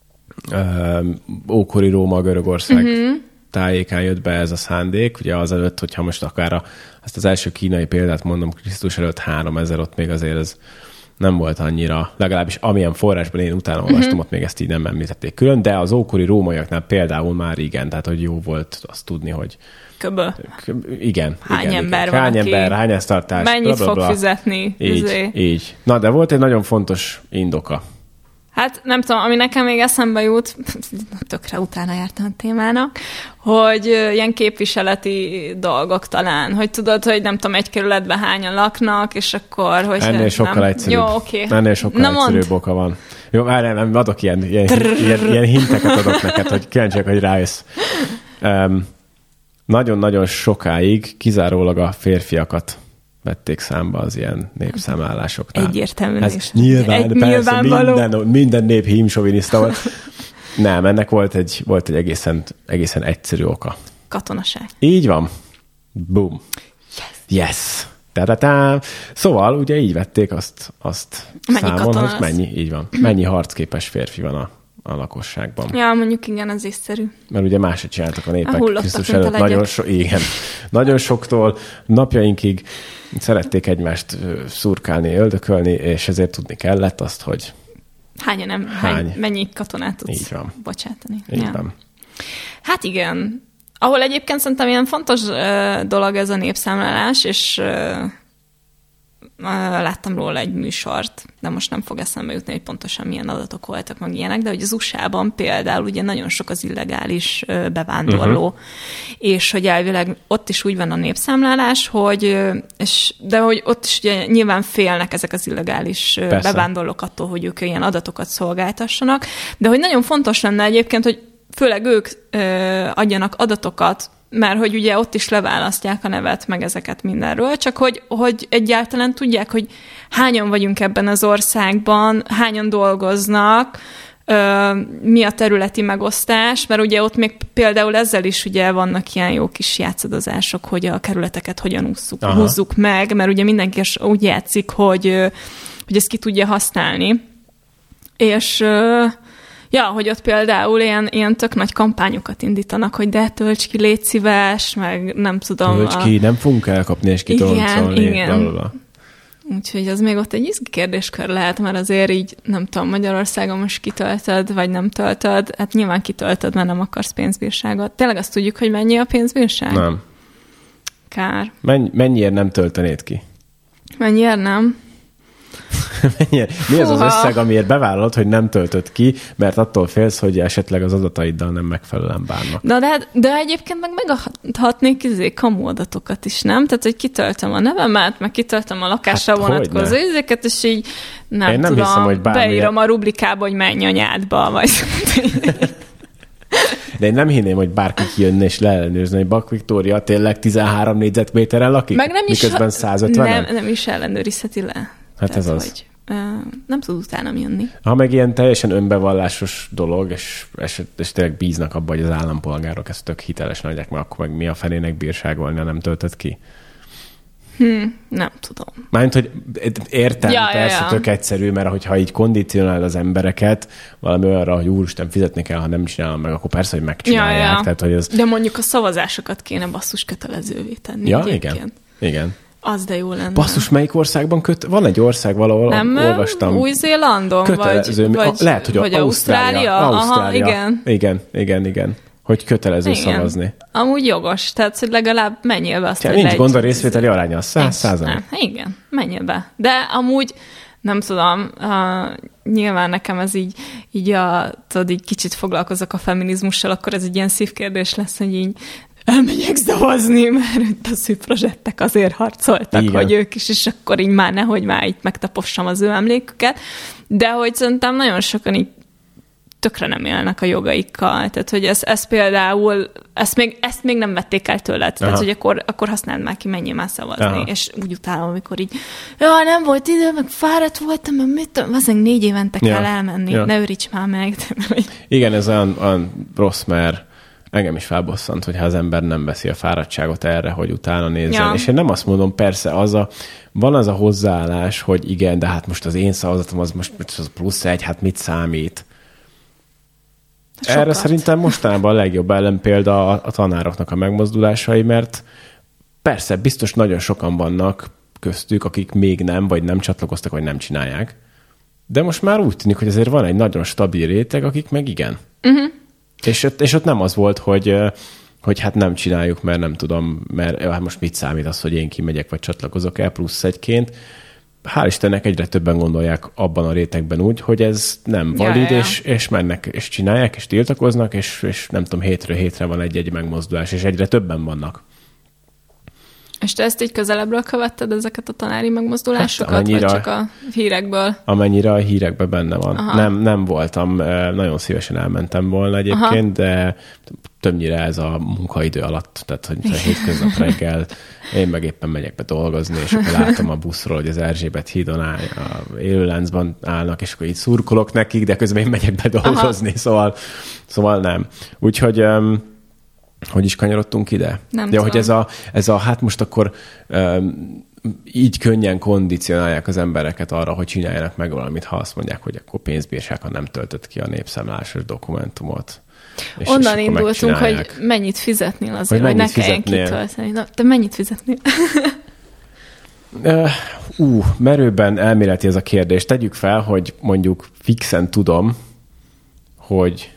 ókori Róma, Görögország tájékán jött be ez a szándék, ugye azelőtt, hogyha most akár azt az első kínai példát mondom, Krisztus előtt 3000, ott még azért ez nem volt annyira, legalábbis amilyen forrásban én utána olvastam, ott még ezt így nem említették külön, de az ókori rómaiaknál például már igen, tehát hogy jó volt azt tudni, hogy igen. Hány ember van, hány háztartás, mennyit fog fizetni. Így. Na, de volt egy nagyon fontos indoka. Hát nem tudom, ami nekem még eszembe jut, tökre utána jártam a témának, hogy ilyen képviseleti dolgok talán, hogy tudod, hogy nem tudom, egy kerületben hányan laknak, és akkor... Hogy ennél sokkal egyszerűbb. Jó, oké. Ennél sokkal egyszerűbb oka van. Jó, már nem adok ilyen hinteket adok neked, hogy kíváncsiak, hogy rájössz. Nagyon-nagyon sokáig kizárólag a férfiakat vették számba az ilyen népszámlálásoknál. Egyértelműen ez is. Nyilvánvaló. Minden nép hímsoviniszta volt. Nem, ennek volt egy egészen egyszerű oka. Katonaság. Így van. Boom. Yes. Szóval ugye így vették azt számon, hogy mennyi harcképes férfi van a lakosságban. Ja, mondjuk igen, az észszerű. Mert ugye máshogy csináltak a népek Krisztus előtt nagyon soktól napjainkig szerették egymást szurkálni, öldökölni, és ezért tudni kellett azt, hogy mennyi katonát tudsz bocsátani. Így van. Hát igen. Ahol egyébként szerintem ilyen fontos dolog ez a népszámlálás, és láttam róla egy műsort, de most nem fog eszembe jutni, hogy pontosan milyen adatok voltak, meg ilyenek, de hogy az USA-ban például ugye nagyon sok az illegális bevándorló, és hogy elvileg ott is úgy van a népszámlálás, de hogy ott is ugye nyilván félnek ezek az illegális bevándorlók attól, hogy ők ilyen adatokat szolgáltassanak, de hogy nagyon fontos lenne egyébként, hogy főleg ők adjanak adatokat, mert hogy ugye ott is leválasztják a nevet, meg ezeket mindenről, csak hogy egyáltalán tudják, hogy hányan vagyunk ebben az országban, hányan dolgoznak, mi a területi megosztás, mert ugye ott még például ezzel is ugye vannak ilyen jó kis játszadozások, hogy a kerületeket hogyan húzzuk meg, mert ugye mindenki úgy játszik, hogy ezt ki tudja használni. És... hogy ott például ilyen tök nagy kampányokat indítanak, hogy de tölts ki, légy szíves, meg nem tudom. Tölts ki, nem fogunk elkapni, és kitolcolni. Igen. Úgyhogy az még ott egy izgi kérdéskör lehet, mert azért így, nem tudom, Magyarországon most kitöltöd, vagy nem töltöd, hát nyilván kitöltöd, mert nem akarsz pénzbírságot. Tényleg azt tudjuk, hogy mennyi a pénzbírság? Nem. Kár. Mennyiért nem töltenéd ki? Mennyiért nem? Mi az az összeg, amiért bevállalod, hogy nem töltöd ki, mert attól félsz, hogy esetleg az adataiddal nem megfelelően bánnak. De egyébként megadhatnék kamu adatokat is, nem? Tehát, hogy kitöltöm a nevemet, meg kitöltöm a lakásra vonatkozó izéket, és így nem tudom, hiszem, hogy beírom a rublikába, hogy menj anyádba, vagy... De én nem hinném, hogy bárki kijönne és leellenőrzni, hogy Bak Viktória tényleg 13 négyzetméteren lakik, meg nem miközben 150. Nem is ellenőrizheti le. Hát tehát, ez az. Hogy, nem tud utánam jönni. Ha meg ilyen teljesen önbevallásos dolog, és tényleg bíznak abban, hogy az állampolgárok ezt tök hitelesen adják, mert akkor meg mi a fenének bírságolni, ha nem töltött ki? Nem tudom. Mármint, hogy értem, persze tök egyszerű, mert hogyha így kondicionál az embereket valami olyanra, hogy úristen, fizetni kell, ha nem csinálom meg, akkor persze, hogy megcsinálják. Ja. Tehát, hogy ez... De mondjuk a szavazásokat kéne basszus kötelezővé tenni. Ja, igen. Az de jó lenne. Basszus, melyik országban van egy ország valahol, nem, olvastam. Új-Zélandon? Kötelező, vagy lehet, hogy vagy Ausztrália. Aha, igen. Hogy kötelező szavazni. Amúgy jogos, tehát hogy legalább menjél be azt, hogy nincs gond a részvételi aránya, 100%. Igen, menjél be. De amúgy nem tudom, nyilván nekem ez így tudod, így kicsit foglalkozok a feminizmussal, akkor ez egy ilyen szívkérdés lesz, hogy így elmegyek szavazni, mert itt a szűprozsettek azért harcoltak, igen, hogy ők is, és akkor így már nehogy már itt megtapossam az ő emléküket. De hogy szerintem nagyon sokan így tökre nem élnek a jogaikkal. Tehát, hogy ez például, ezt még nem vették el tőled. Tehát, hogy akkor használd már ki, menjél már szavazni. Aha. És úgy utálom, amikor így, nem volt idő, meg fáradt voltam, meg mit tudom, azért 4 évente kell elmenni. Ne őríts már meg. Igen, ez olyan rossz, mert engem is felbosszant, hogyha az ember nem veszi a fáradtságot erre, hogy utána nézzen. Ja. És én nem azt mondom, persze, van az a hozzáállás, hogy igen, de hát most az én szavazatom az most az +1, hát mit számít? Sokat. Erre szerintem mostanában a legjobb ellenpélda a tanároknak a megmozdulásai, mert persze, biztos nagyon sokan vannak köztük, akik még nem, vagy nem csatlakoztak, vagy nem csinálják. De most már úgy tűnik, hogy azért van egy nagyon stabil réteg, akik meg igen. Uh-huh. És ott nem az volt, hogy hát nem csináljuk, mert nem tudom, mert hát most mit számít az, hogy én kimegyek, vagy csatlakozok el +1-ként. Hál' Istennek egyre többen gondolják abban a rétegben úgy, hogy ez nem valid, és mennek, és csinálják, és tiltakoznak, és nem tudom, hétről hétre van egy-egy megmozdulás, és egyre többen vannak. És te ezt így közelebbről követted, ezeket a tanári megmozdulásokat, hát, vagy csak a hírekből? Amennyire a hírekben benne van. Nem voltam, nagyon szívesen elmentem volna egyébként, de többnyire ez a munkaidő alatt, tehát hogy a hétköznap reggel én meg éppen megyek be dolgozni, és akkor látom a buszról, hogy az Erzsébet hídon a élőláncban állnak, és akkor így szurkolok nekik, de közben én megyek be dolgozni, szóval nem. Úgyhogy hogy is kanyarodtunk ide? Nem tudom. Hogy ez a hát most akkor így könnyen kondicionálják az embereket arra, hogy csináljanak meg valamit, ha azt mondják, hogy akkor pénzbírság, ha nem töltött ki a népszámlásos dokumentumot. Onnan indultunk, hogy mennyit fizetnél azért, hogy ne kelljen kitölteni. Na, te mennyit fizetnél? Merőben elméleti ez a kérdés. Tegyük fel, hogy mondjuk fixen tudom, hogy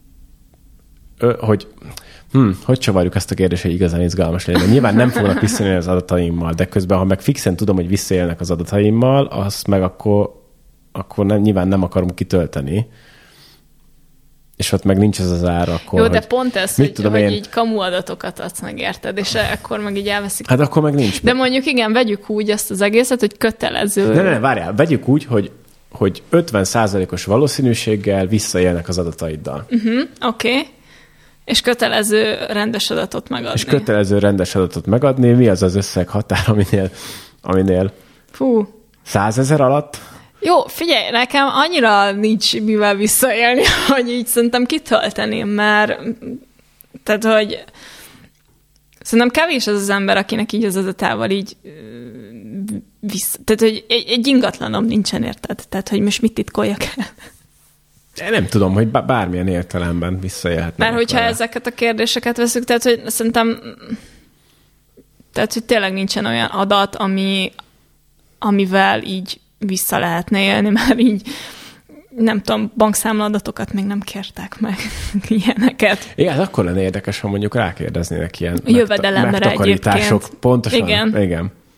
csavarjuk ezt a kérdést, hogy igazán izgalmas legyen. Nyilván nem fognak visszaélni az adataimmal, de közben, ha meg fixen tudom, hogy visszaélnek az adataimmal, azt meg akkor nyilván nem akarom kitölteni. És ott meg nincs ez az ára, akkor... Jó, de pont ez, hogy így kamu adatokat adsz meg, érted? És akkor meg így elveszik. Hát akkor meg nincs. De mondjuk igen, vegyük úgy ezt az egészet, hogy kötelező. Ne, várjál, vegyük úgy, hogy 50%-os valószínűséggel visszaélnek az adataiddal. Oké. És kötelező rendes adatot megadni. Mi az az összeghatár, aminél 100 000 alatt? Jó, figyelj, nekem annyira nincs mivel visszaélni, hogy így szerintem kitölteném, mert tehát, hogy szerintem kevés az az ember, akinek így az adatával így tehát, hogy egy ingatlanom nincsen, érted? Tehát, hogy most mit titkoljak el? Nem tudom, hogy bármilyen értelemben visszaélhetnek. Mert hogyha ezeket a kérdéseket veszük, tehát, hogy szerintem hogy tényleg nincsen olyan adat, amivel így vissza lehetne élni, mert így nem tudom, bankszámlaadatokat még nem kértek meg ilyeneket. Igen, hát akkor lenne érdekes, ha mondjuk rákérdeznének ilyen jövedelemre megtakarítások. Pontosan. Igen.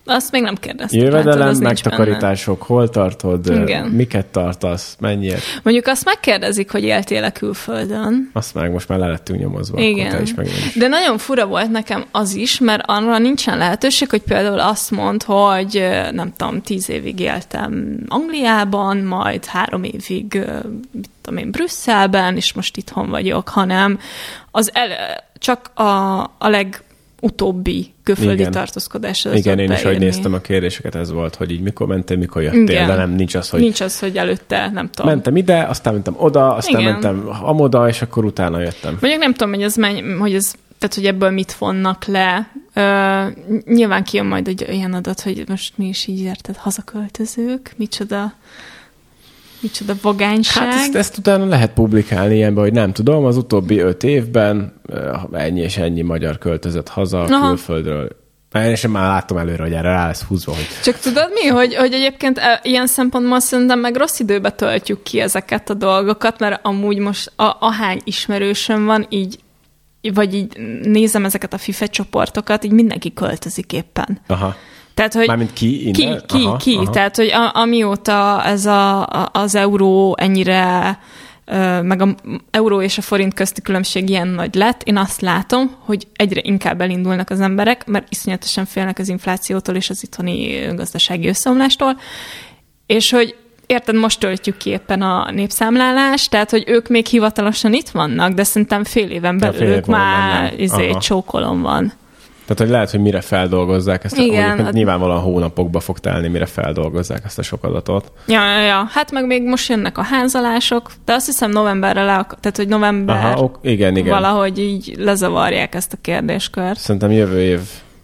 Azt még nem kérdeztem. Jövedelem, megtakarítások, hol tartod, igen. Miket tartasz, mennyiért? Mondjuk azt megkérdezik, hogy éltél-e külföldön. Azt meg most már le lettünk nyomozva. Igen. De nagyon fura volt nekem az is, mert arra nincsen lehetőség, hogy például azt mondd, hogy nem tudom, 10 évig éltem Angliában, majd 3 évig mit tudom én, Brüsszelben, és most itthon vagyok, hanem csak a legutóbbi külföldi tartózkodás. Igen, én is, ahogy néztem a kérdéseket, ez volt, hogy így mikor mentél, mikor jöttél, igen. De nem, nincs az, hogy előtte, nem tudom. Mentem ide, aztán mentem oda, aztán igen. Mentem amoda, és akkor utána jöttem. Mondjuk nem tudom, tehát, hogy ebből mit vonnak le. Nyilván kijön majd egy olyan adat, hogy most mi is így érted, hazaköltözők, micsoda vagányság. Hát ezt utána lehet publikálni ilyenbe, hogy nem tudom, az utóbbi 5 évben ennyi és ennyi magyar költözött haza külföldről. Én sem már láttam előre, hogy erre rá lesz húzva. Hogy... Csak tudod mi, hogy egyébként ilyen szempontból szerintem meg rossz időbe töltjük ki ezeket a dolgokat, mert amúgy most ahány ismerősöm van, így nézem ezeket a FIFA csoportokat, így mindenki költözik éppen. Aha. Tehát, hogy mármint ki? Innen? Ki. Aha. Tehát, hogy amióta ez az euró ennyire, meg az euró és a forint közti különbség ilyen nagy lett, én azt látom, hogy egyre inkább elindulnak az emberek, mert iszonyatosan félnek az inflációtól és az itthoni gazdasági összeomlástól, és hogy érted, most töltjük ki éppen a népszámlálást, tehát, hogy ők még hivatalosan itt vannak, de szerintem fél éven belül ők már csókolom van. Tehát, hogy lehet, hogy mire feldolgozzák ezt, nyilvánvalóan hónapokba fog telni, mire feldolgozzák ezt a sok adatot. Ja. Hát meg még most jönnek a házalások, de azt hiszem novemberre tehát, hogy november igen. valahogy így lezavarják ezt a kérdéskört. Szerintem jövő év,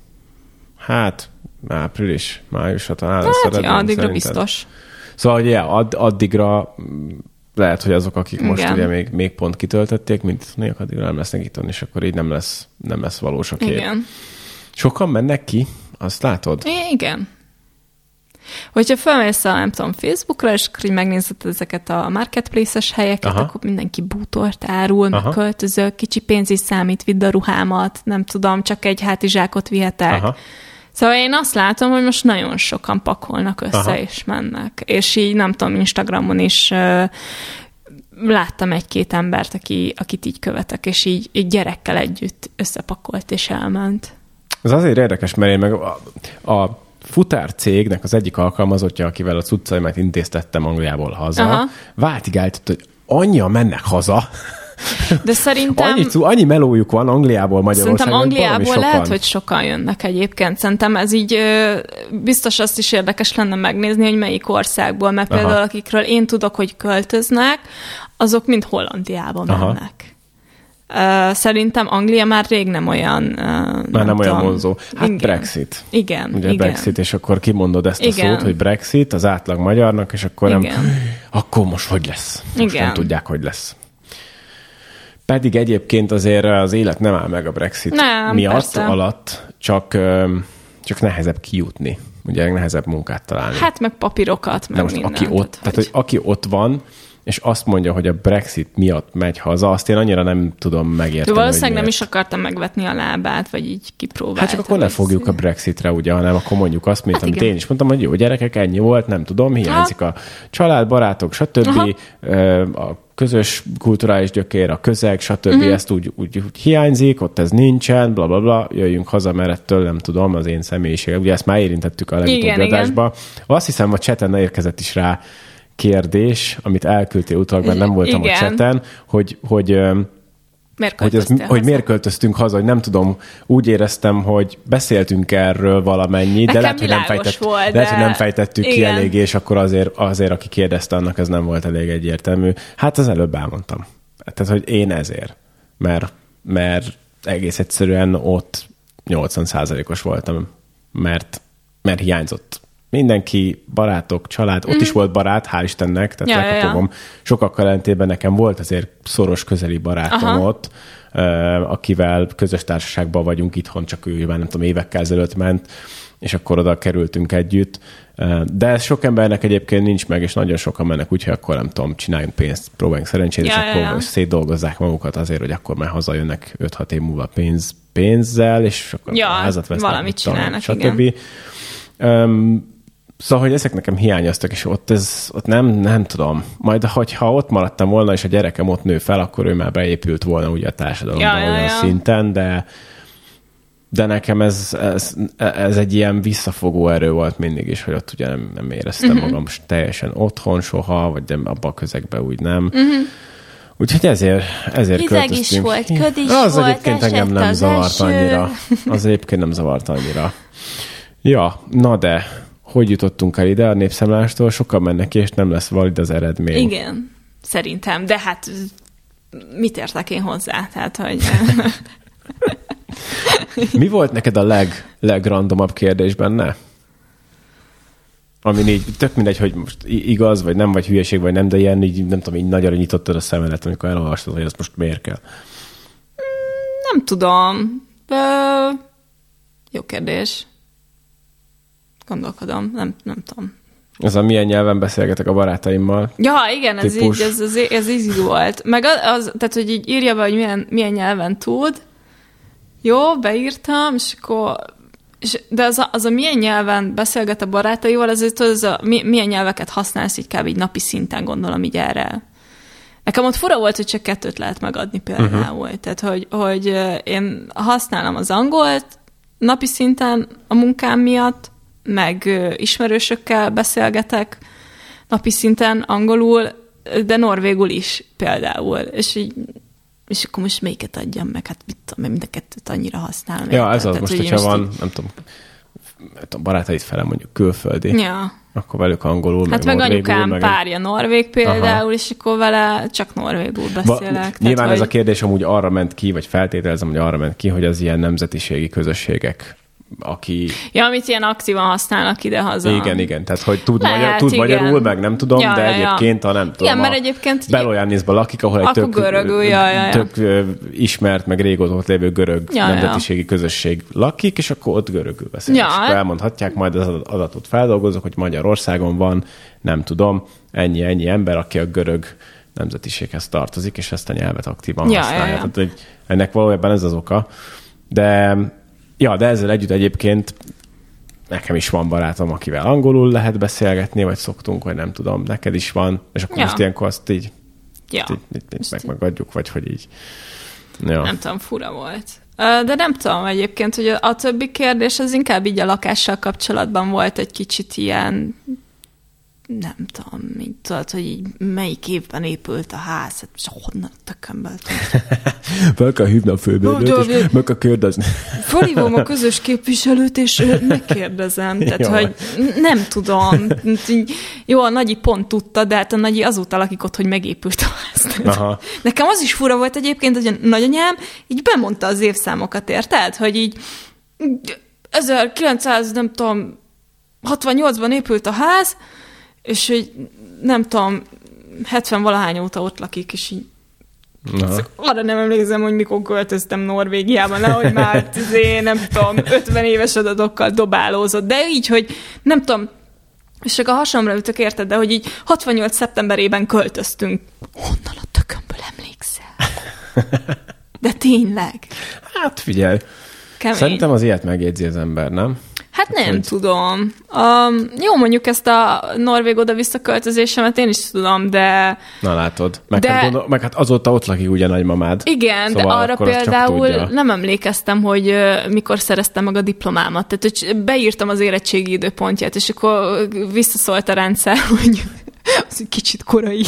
április, májusra talán addigra biztos. Szóval, hogy addigra lehet, hogy azok, akik most ugye még pont kitöltötték, mint addigra nem lesznek itt, és akkor így nem lesz valós a kép. Igen. Sokan mennek ki, azt látod? Igen. Hogyha felmész a, nem tudom, Facebookra, és akkor így megnézed ezeket a marketplace-es helyeket, akkor mindenki bútort árul, meg költözök, kicsi pénz is számít, vidd a ruhámat, nem tudom, csak egy hátizsákot vihetek. Szóval én azt látom, hogy most nagyon sokan pakolnak össze, és mennek. És így, nem tudom, Instagramon is láttam 1-2 embert, akit így követek, és így gyerekkel együtt összepakolt és elment. Ez azért érdekes, mert én meg a futárcégnek az egyik alkalmazottja, akivel a cuccaimat intéztettem Angliából haza, váltig állított, hogy annyian mennek haza, de szerintem... Annyi melójuk van Angliából, Magyarországon. Szerintem Angliából lehet, hogy sokan jönnek egyébként. Szerintem ez így biztos azt is érdekes lenne megnézni, hogy melyik országból, mert például akikről én tudok, hogy költöznek, azok mind Hollandiába mennek. Szerintem Anglia már rég nem olyan... Már nem olyan vonzó. Hát igen. Brexit. Igen. Ugye Brexit, és akkor kimondod ezt a szót, hogy Brexit az átlag magyarnak, és akkor nem... Akkor most hogy lesz? Most nem tudják, hogy lesz. Pedig egyébként azért az élet nem áll meg a Brexit miatt, alatt, csak nehezebb kijutni. Ugye nehezebb munkát találni. Hát meg papírokat, meg mindent. Aki ott van, és azt mondja, hogy a Brexit miatt megy haza, azt én annyira nem tudom megérteni. Valószínűleg nem is akartam megvetni a lábát, vagy így kipróbáltam. Hát csak akkor ne fogjuk a Brexitre, ugye, hanem akkor mondjuk azt, mint amit én is mondtam, hogy jó gyerekek, ennyi volt, nem tudom, hiányzik a család, barátok, stb. A közös kulturális gyökér, a közeg, stb. Ezt úgy hiányzik, ott ez nincsen, blablabla, jöjjünk haza, mert ettől nem tudom, az én személyiségem. Ugye ezt már érintettük a legutóbbi adásba. Azt hiszem, a chaten érkezett is rá kérdés, amit elküldtél utólag, mert nem voltam a chaten, hogy miért költöztünk haza, hogy nem tudom, úgy éreztem, hogy beszéltünk erről valamennyi, de lehet, hogy nem fejtettük ki eléggé, és akkor azért, aki kérdezte, annak ez nem volt elég egyértelmű. Hát az előbb elmondtam. Tehát, hogy én ezért. Mert egész egyszerűen ott 80%-os voltam, mert hiányzott mindenki, barátok, család, ott is volt barát, hál' Istennek, tehát lekapogom. Sokakkal ellentétben nekem volt azért szoros közeli barátom ott, akivel közös társaságban vagyunk itthon, csak ő már nem tudom, évekkel ezelőtt ment, és akkor oda kerültünk együtt. De sok embernek egyébként nincs meg, és nagyon sokan mennek, úgyhogy akkor nem tudom, csináljunk pénzt, próbáljunk szerencsét, és akkor szétdolgozzák magukat azért, hogy akkor már hazajönnek 5-6 év múlva pénzzel, és akkor házat vesznek, valamit csinálnak, stb. Szóval, hogy ezek nekem hiányoztak, és ott nem tudom. Majd, hogyha ott maradtam volna, és a gyerekem ott nő fel, akkor ő már beépült volna ugye a társadalomban olyan szinten, de nekem ez egy ilyen visszafogó erő volt mindig is, hogy ott ugye nem éreztem magam teljesen otthon soha, vagy abban a közegben úgy nem. Úgyhogy ezért hideg is volt, köd is az volt, egyébként engem nem zavart annyira. Az egyébként nem zavart annyira. Ja, na de hogy jutottunk el ide a népszámlálástól? Sokan mennek ki, és nem lesz valid az eredmény. Igen, szerintem. De hát mit értek én hozzá? Tehát, hogy... Mi volt neked a legrandomabb kérdés benne? Ami így tök mindegy, hogy most igaz, vagy nem, vagy hülyeség, vagy nem, de ilyen így, nem tudom, így nagyra nyitottad a szemedet, amikor elolvastad, hogy ez most miért kell. Nem tudom. Jó kérdés. Gondolkodom. Nem tudom. Ez a milyen nyelven beszélgetek a barátaimmal. Ja, igen, ez easy volt. Meg tehát, hogy így írja be, hogy milyen nyelven tud. Jó, beírtam, és akkor... De az a milyen nyelven beszélget a barátaival, azért milyen nyelveket használsz így kb. Így napi szinten, gondolom így erre. Nekem ott fura volt, hogy csak 2 lehet megadni például. Tehát, hogy én használom az angolt napi szinten a munkám miatt, meg ismerősökkel beszélgetek napi szinten angolul, de norvégul is például. És akkor most melyiket adjam meg? Hát mit tudom, mind a 2 annyira használom. Ja, ez az tehát, most, hogyha van, így... nem tudom, a barátaid fele mondjuk külföldi, akkor velük angolul, hát meg anyukám párja norvég például, és akkor vele csak norvégul beszélek. Nyilván ez a kérdés amúgy arra ment ki, vagy feltételezem, hogy arra ment ki, hogy az ilyen nemzetiségi közösségek, aki... Ja, amit ilyen aktívan használnak ide-haza. Igen. Tehát, hogy tud magyarul, meg nem tudom, de egyébként, ha nem tudom, igen, mert egyébként Belojániszba lakik, ahol egy tök ismert, meg régóta ott lévő görög nemzetiségi közösség lakik, és akkor ott görögül beszélnek. És akkor elmondhatják, majd az adatot feldolgozok, hogy Magyarországon van, nem tudom, ennyi ember, aki a görög nemzetiséghez tartozik, és ezt a nyelvet aktívan használja. Tehát, hogy ennek valójában ez az oka. De ezzel együtt egyébként nekem is van barátom, akivel angolul lehet beszélgetni, vagy szoktunk, vagy nem tudom, neked is van, és akkor most ilyenkor azt így megadjuk, vagy hogy így. Ja. Nem tudom, fura volt. De nem tudom egyébként, hogy a többi kérdés az inkább így a lakással kapcsolatban volt egy kicsit ilyen, nem tudom, így tudod, hogy így melyik évben épült a ház, hát honnan tökönből fel kell hívni a főbérlőt, és meg kell kérdezni. Felhívom a közös képviselőt, és megkérdezem. Tehát, hogy nem tudom. Jó, a Nagyi pont tudta, de hát a Nagyi azóta lakik ott, hogy megépült a ház. Nekem az is fura volt egyébként, hogy a nagyanyám így bemondta az évszámokat, érted? Hogy így 1900, nem tudom, 68-ban épült a ház, és hogy nem tudom, 70-valahány óta ott lakik, és így arra nem emlékszem, hogy mikor költöztem Norvégiába, nehogy már nem tudom, 50 éves adatokkal dobálózott, de így, hogy nem tudom, és csak a hasamra ütök, érted, de hogy így 68. szeptemberében költöztünk. Honnan a tökömből emlékszel? De tényleg. Hát figyelj, szerintem az ilyet megjegyzi az ember, nem? Hát nem tudom. Jó, mondjuk ezt a norvég oda-vissza költözésemet én is tudom, de... Na látod. Meg hát azóta ott lakik ugye nagymamád. Igen, szóval de arra például nem emlékeztem, hogy mikor szereztem meg a diplomámat. Tehát, hogy beírtam az érettségi időpontját, és akkor visszaszólt a rendszer, hogy az egy kicsit korai.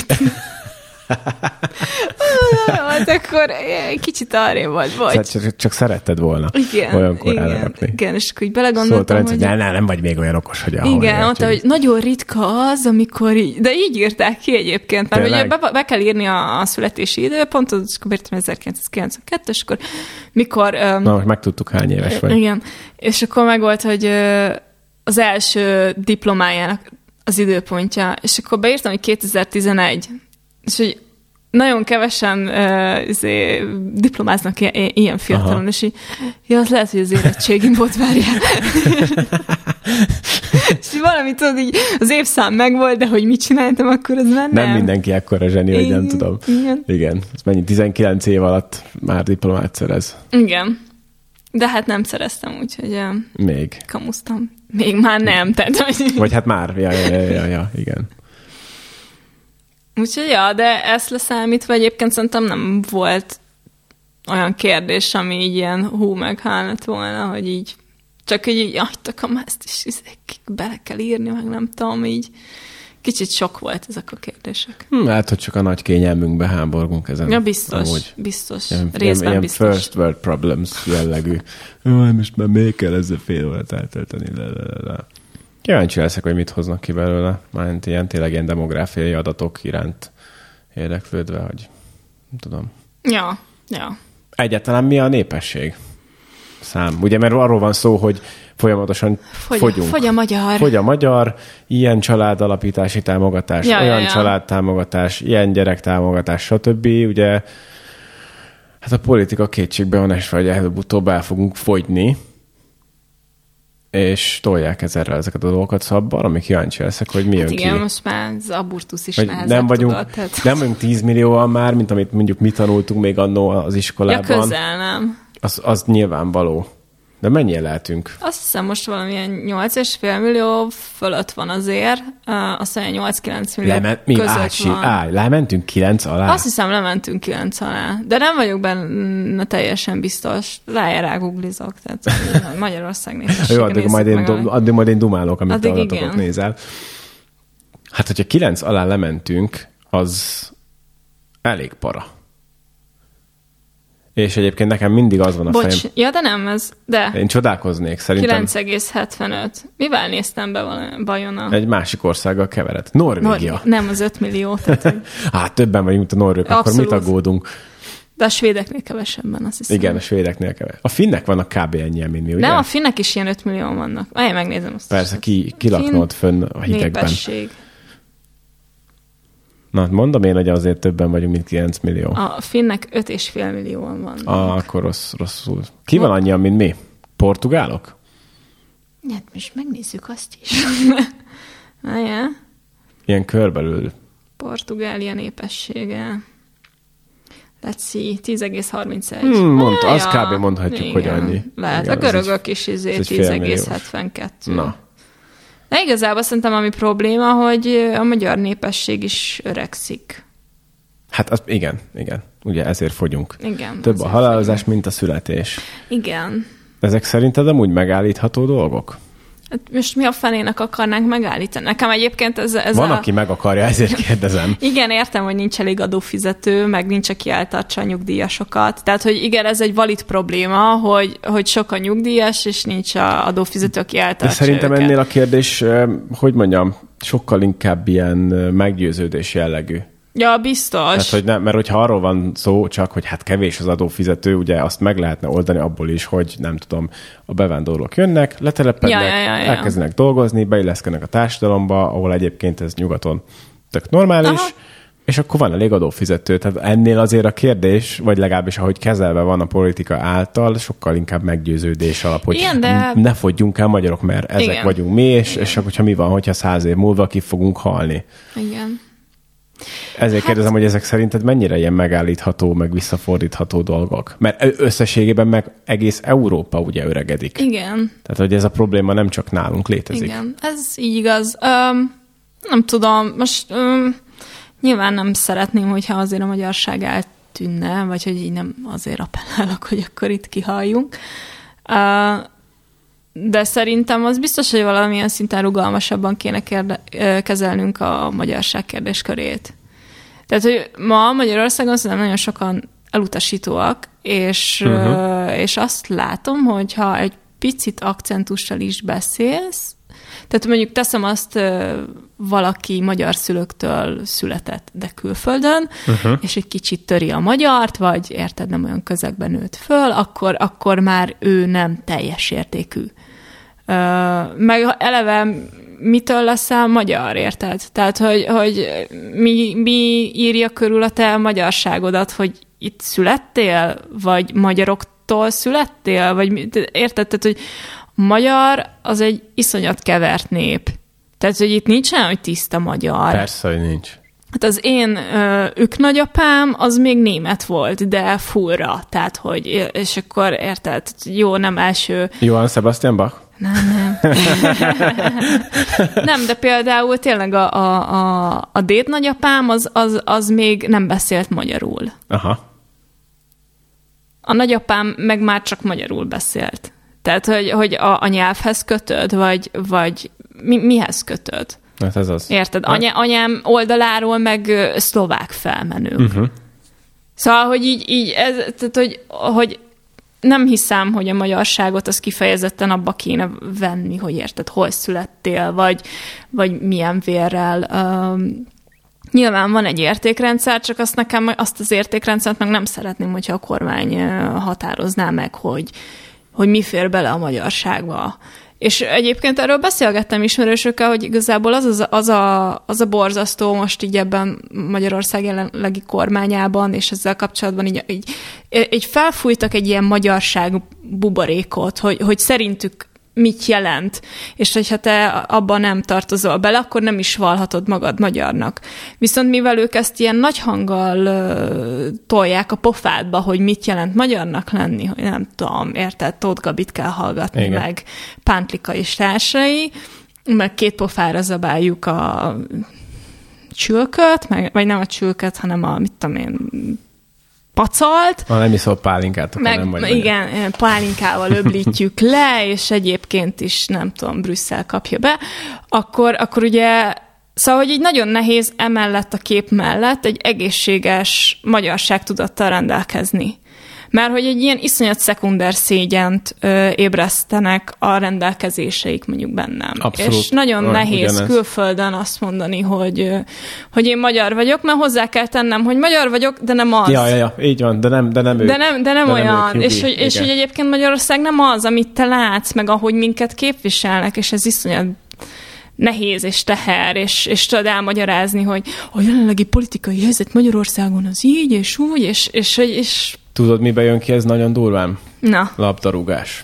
Hát akkor kicsit arrébb volt. Csak szeretted volna olyankor elrakni. Igen, és akkor így belegondoltam, hogy... Nem vagy még olyan okos, hogy igen, mondta, hogy nagyon ritka az, amikor így... De így írták ki egyébként, mert ugye be kell írni a születési időpontot, és akkor beírtam 1992, és akkor mikor... Na, most megtudtuk, hány éves vagy. Igen, és akkor meg volt, hogy az első diplomájának az időpontja, és akkor beírtam, hogy 2011, és hogy nagyon kevesen diplomáznak ilyen fiatalon, és így, az lehet, hogy az érettségim volt, várjál. És valami, tudod, így az évszám megvolt, de hogy mit csináltam, akkor az már nem. Nem mindenki ekkora zseni, hogy nem tudom. Igen. Ez mennyi, 19 év alatt már diplomát szerez. Igen. De hát nem szereztem, úgyhogy... Még. Kamusztam. Még már nem, tehát... Vagy hát már, ja, igen. Úgyhogy ja, de ezt leszámítva egyébként szerintem nem volt olyan kérdés, ami így ilyen meghállt volna, hogy így csak így hagytak, ezt is bele kell írni, meg nem tudom, így kicsit sok volt ezek a kérdések. Lehet, hogy csak a nagy kényelmünkbe háborgunk ezen. Ja, biztos. Részben ilyen biztos. First world problems jellegű. Most már még kell ezzel fél órát eltölteni. Kíváncsi leszek, hogy mit hoznak ki belőle. Már tényleg ilyen demográfiai adatok iránt érdeklődve, hogy nem tudom. Ja. Egyáltalán mi a népesség szám? Ugye, mert arról van szó, hogy folyamatosan fogyunk. Fogy a magyar, ilyen családalapítási támogatás, olyan családtámogatás, ilyen gyerektámogatás, stb. Ugye, hát a politika kétségbe van esve, hogy előbb-utóbb el fogunk fogyni, és tolják ezeket a dolgokat, szóval valami kíváncsi leszek, hogy mi jön ki. Igen, most már az abortusz is nehezebb, nem vagyunk 10 millióan már, mint amit mondjuk mi tanultunk még annó az iskolában. Ja, közel nem. Az nyilvánvaló. De mennyien lehetünk? Azt hiszem most valamilyen 8,5 millió fölött van azért. Azt mondja 8-9 millió között van. Lementünk 9 alá? Azt hiszem lementünk 9 alá. De nem vagyok benne teljesen biztos. Rá googlizok. Tehát Magyarország népessége. Jó, addig majd én dumálok, amit te adatokat nézel. Hát, hogyha 9 alá lementünk, az elég para. És egyébként nekem mindig az van a fejem. Ja, de nem ez, de... Én csodálkoznék, szerintem. 9,75. Mivel néztem be vajon Egy másik országgal kevered. Norvégia. Nem, az 5 millió. Tehát, hát többen vagyunk, mint a norvégok, akkor mit aggódunk? De a svédeknél kevesebben, azt hiszem. Igen, a svédeknél kevesebben. A finnek vannak kb. Ennyien, mint mi, ugye? Nem, a finnek is ilyen 5 millió vannak. Én megnézem azt. Persze, kilaknod fönn a hidegben. Népesség. Na, mondom én, hogy azért többen vagyunk, mint 9 millió. A finnek 5,5 millióan vannak. Akkor rosszul. Ki van annyian, mint mi? Portugálok? Hát most megnézzük azt is. Ilyen körbelül. Portugália népessége. Let's see, 10,31. Azt kb. Mondhatjuk, igen, hogy annyi. Lehet, igen, a görögök is 10,72. Na. De igazából szerintem ami probléma, hogy a magyar népesség is öregszik. Hát az, igen. Ugye ezért fogyunk. Igen. Több a halálozás, mint a születés. Igen. Ezek szerinted amúgy megállítható dolgok? Hát most mi a fenének akarnánk megállítani? Nekem egyébként ez van, aki meg akarja, ezért kérdezem. Igen, értem, hogy nincs elég adófizető, meg nincs, aki eltartsa a nyugdíjasokat. Tehát, hogy igen, ez egy valid probléma, hogy sok a nyugdíjas, és nincs a adófizető, aki eltartsa. De szerintem őket. Ennél a kérdés, hogy mondjam, sokkal inkább ilyen meggyőződés jellegű. Ja, biztos. Tehát, hogy nem, mert hogyha arról van szó csak, hogy hát kevés az adófizető, ugye azt meg lehetne oldani abból is, hogy nem tudom, a bevándorlók jönnek, letelepednek, elkezdenek dolgozni, beilleszkednek a társadalomba, ahol egyébként ez nyugaton tök normális, és akkor van elég adófizető. Tehát ennél azért a kérdés, vagy legalábbis ahogy kezelve van a politika által, sokkal inkább meggyőződés alap, hogy ne fogyjunk el magyarok, mert ezek vagyunk mi, és akkor, hogyha mi van, hogyha 100 év múlva ki fogunk halni. Igen. Ezért kérdezem, hogy ezek szerinted mennyire ilyen megállítható, meg visszafordítható dolgok? Mert összességében meg egész Európa ugye öregedik. Igen. Tehát, hogy ez a probléma nem csak nálunk létezik. Igen, ez így igaz. Nem tudom, most nyilván nem szeretném, hogyha azért a magyarság eltűnne, vagy hogy így nem azért appellálok, hogy akkor itt kihalljunk. De szerintem az biztos, hogy valamilyen szinten rugalmasabban kéne kezelnünk a magyarság kérdéskörét. Tehát, hogy ma Magyarországon szerintem nagyon sokan elutasítóak, és azt látom, hogy ha egy picit akcentussal is beszélsz, tehát mondjuk teszem azt, valaki magyar szülőktől született, de külföldön, és egy kicsit töri a magyart, vagy érted, nem olyan közegben nőtt föl, akkor már ő nem teljes értékű. Meg eleve mitől leszel magyar, érted? Tehát, hogy mi írja körül a te magyarságodat, hogy itt születtél, vagy magyaroktól születtél, vagy érted? Tehát, hogy magyar az egy iszonyat kevert nép. Tehát, hogy itt nincsen, hogy tiszta magyar. Persze, hogy nincs. Hát az én nagyapám az még német volt, de fullra. Tehát, hogy, és akkor érted, jó, nem első... Johann Sebastian Bach? Nem. Nem, de például tényleg a déd nagyapám az még nem beszélt magyarul. Aha. A nagyapám meg már csak magyarul beszélt. Tehát, hogy a nyelvhez kötöd, vagy mihez kötöd? Hát ez az. Érted? Anyám oldaláról meg szlovák felmenők. Szóval, hogy így ez, tehát, hogy nem hiszem, hogy a magyarságot az kifejezetten abba kéne venni, hogy érted, hol születtél, vagy milyen vérrel. Nyilván van egy értékrendszer, csak azt az értékrendszert meg nem szeretném, hogyha a kormány határozná meg, hogy mi fér bele a magyarságba. És egyébként erről beszélgettem ismerősökkel, hogy igazából az a borzasztó most így ebben Magyarország jelenlegi kormányában, és ezzel kapcsolatban így felfújtak egy ilyen magyarság buborékot, hogy szerintük mit jelent, és hogyha te abban nem tartozol bele, akkor nem is vallhatod magad magyarnak. Viszont mivel ők ezt ilyen nagy hanggal tolják a pofádba, hogy mit jelent magyarnak lenni, hogy nem tudom, érted, Tóth Gabit kell hallgatni, igen, meg Pántlika és társai, meg két pofára zabáljuk a csülköt, vagy nem a csülköt, hanem a, mit tudom én, pacalt. Ha nem iszol pálinkát, akkor nem vagy. Igen, pálinkával öblítjük le, és egyébként is, nem tudom, Brüsszel kapja be, akkor ugye, szóval, hogy így nagyon nehéz emellett a kép mellett egy egészséges magyarságtudattal rendelkezni. Mert hogy egy ilyen iszonyat szekunder szégyent ébresztenek a rendelkezéseik mondjuk bennem. Abszolút. És nagyon nehéz külföldön azt mondani, hogy én magyar vagyok, mert hozzá kell tennem, hogy magyar vagyok, de nem az. Ja, így van, de nem ők. De nem olyan. Ők, és hogy egyébként Magyarország nem az, amit te látsz, meg ahogy minket képviselnek, és ez iszonyat nehéz és teher, és tudod elmagyarázni, hogy a jelenlegi politikai helyzet Magyarországon az így, és úgy, és tudod, mibe jön ki ez nagyon durván? Na. Labdarúgás.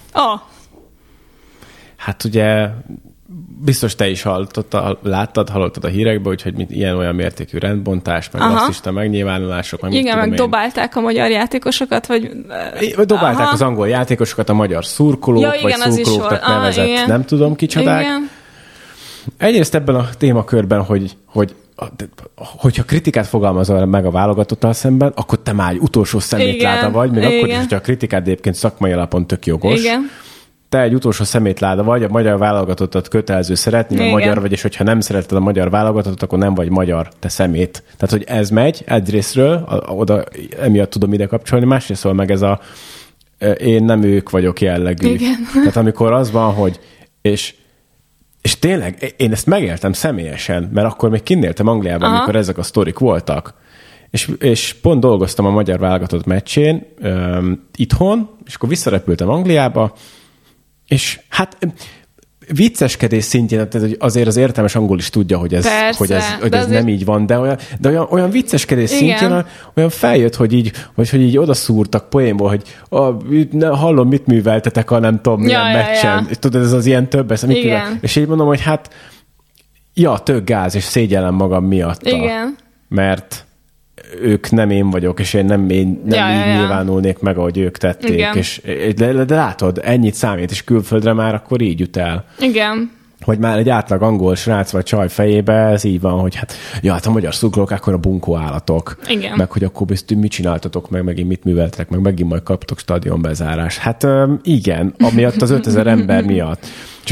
Hát ugye biztos te is hallottad a hírekben, hogy ilyen-olyan mértékű rendbontás, meg rasszista megnyilvánulások. Meg igen, meg dobálták a magyar játékosokat, vagy dobálták az angol játékosokat, a magyar szurkolók, ja, igen, vagy szurkolóknak nevezett, igen, nem tudom kicsodák. Igen. Egyrészt ebben a témakörben, hogyha kritikát fogalmazol meg a válogatottal szemben, akkor te már utolsó szemétláda vagy, még akkor is, hogyha a kritikád egyébként szakmai alapon tök jogos. Igen. Te egy utolsó szemétláda vagy, a magyar válogatottat kötelező szeretni, mert magyar vagy, és hogyha nem szereted a magyar válogatottat, akkor nem vagy magyar, te szemét. Tehát, hogy ez megy egyrésztről, oda emiatt tudom ide kapcsolni, másrésztről meg ez a én nem ők vagyok jellegű. Igen. Tehát amikor az van, hogy és tényleg, én ezt megéltem személyesen, mert akkor még kinn éltem Angliában, amikor ezek a sztorik voltak. És pont dolgoztam a magyar válogatott meccsén itthon, és akkor visszarepültem Angliába, és hát vicceskedés szintjén, tehát azért az értelmes angol is tudja, hogy ez nem így van, de olyan vicceskedés szintjén olyan feljött, hogy így odaszúrtak poénból, hogy hallom, mit műveltetek a nem tudom milyen meccsen. Ja. Tudod, ez az ilyen több, és így mondom, hogy hát tök gáz, és szégyellem magam miatta. Igen. Mert ők nem én vagyok, és én nem így nyilvánulnék meg, ahogy ők tették. És, de látod, ennyit számít, és külföldre már akkor így jut el. Igen. Hogy már egy átlag angol srác vagy csaj fejébe ez így van, hogy hát a magyar szurkolók akkor a bunkó állatok. Igen. Meg hogy akkor biztos mit csináltatok, meg megint mit műveltek, meg megint majd kaptok stadionbezárás. Hát igen, amiatt az 5000 ember miatt.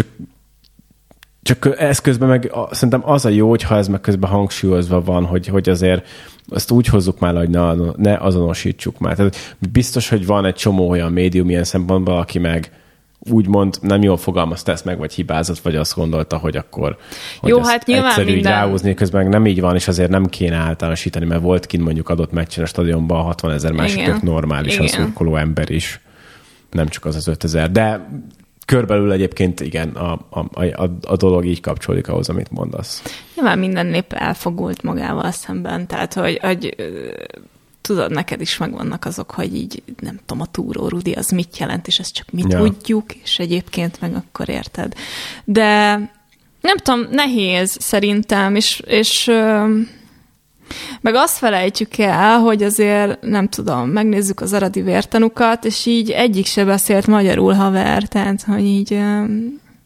Csak ez közben meg szerintem az a jó, hogyha ez meg közben hangsúlyozva van, hogy azért azt úgy hozzuk már, hogy ne azonosítsuk már. Tehát biztos, hogy van egy csomó olyan médium ilyen szempontból, aki meg úgymond nem jól fogalmazta ezt meg, vagy hibázott, vagy azt gondolta, hogy akkor jó, hát egyszerű így ráhúzni, közben nem így van, és azért nem kéne általánosítani, mert volt kint mondjuk adott meccsen a stadionban 60 000 másik tök normálisan szurkoló ember is. Nem csak az 5000, de körbelül egyébként igen, a dolog így kapcsolódik ahhoz, amit mondasz. Nyilván minden nép elfogult magával szemben, tehát hogy tudod, neked is megvannak azok, hogy így nem tudom, a túró Rudi az mit jelent, és ezt csak mi tudjuk, és egyébként meg akkor érted. De nem tudom, nehéz szerintem, és meg azt felejtjük el, hogy azért, nem tudom, megnézzük az aradi vértanukat, és így egyik se beszélt magyarul haver, tehát, hogy így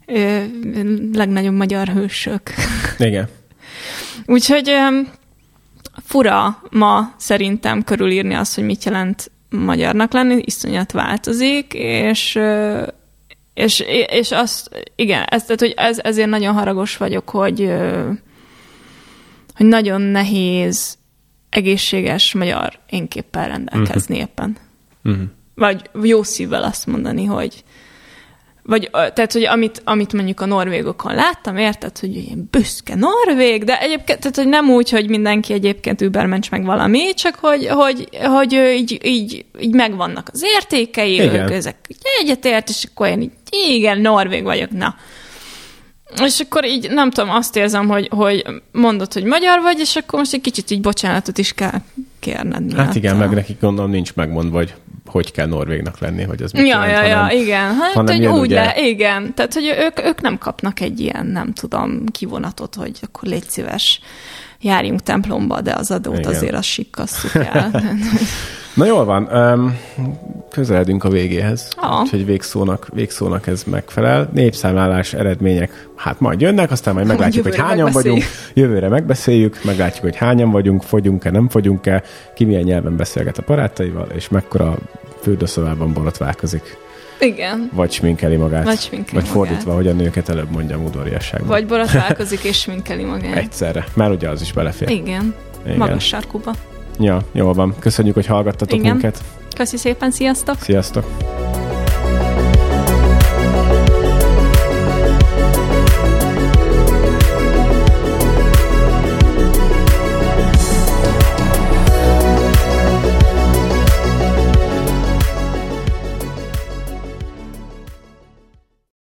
legnagyobb magyar hősök. Igen. Úgyhogy fura ma szerintem körülírni azt, hogy mit jelent magyarnak lenni, iszonyat változik, és azt, igen, tehát, hogy ezért nagyon haragos vagyok, hogy nagyon nehéz egészséges magyar énképpel rendelkezni éppen. Vagy jó szívvel azt mondani, hogy tehát, hogy amit mondjuk a norvégokon láttam, érted, hogy ilyen büszke norvég, de egyébként, tehát, hogy nem úgy, hogy mindenki egyébként übermensch meg valami, csak hogy így megvannak az értékei, ők ezek egyetért, és akkor én így, igen, norvég vagyok, na. És akkor így, nem tudom, azt érzem, hogy mondod, hogy magyar vagy, és akkor most egy kicsit így bocsánatot is kell kérned. Hát igen, meg nekik gondolom nincs megmondva, hogy kell norvégnak lenni, hogy az mit jelent, igen. Hát, hogy úgy igen. Tehát, hogy ők nem kapnak egy ilyen, nem tudom, kivonatot, hogy akkor légy szíves, járjunk templomba, de az adót igen. Azért azt sikkasszuk el. Na jól van, közeledünk a végéhez, úgyhogy végszónak ez megfelel. Népszámlálás eredmények, hát majd jönnek, aztán majd meglátjuk, hogy hányan vagyunk. Jövőre megbeszéljük, meglátjuk, hogy hányan vagyunk, fogyunk-e, nem fogyunk-e, ki milyen nyelven beszélget a barátaival, és mekkora fürdőszobában borotválkozik. Igen. Vagy sminkeli magát. Vagy fordítva, hogy a nőket előbb mondjam udvariasságban. Vagy borotválkozik és sminkeli magát. Egyszerre, már ugye az is belefér. Igen. Magas sarkuba. Ja, jól van. Köszönjük, hogy hallgattatok minket. Köszi szépen, sziasztok! Sziasztok!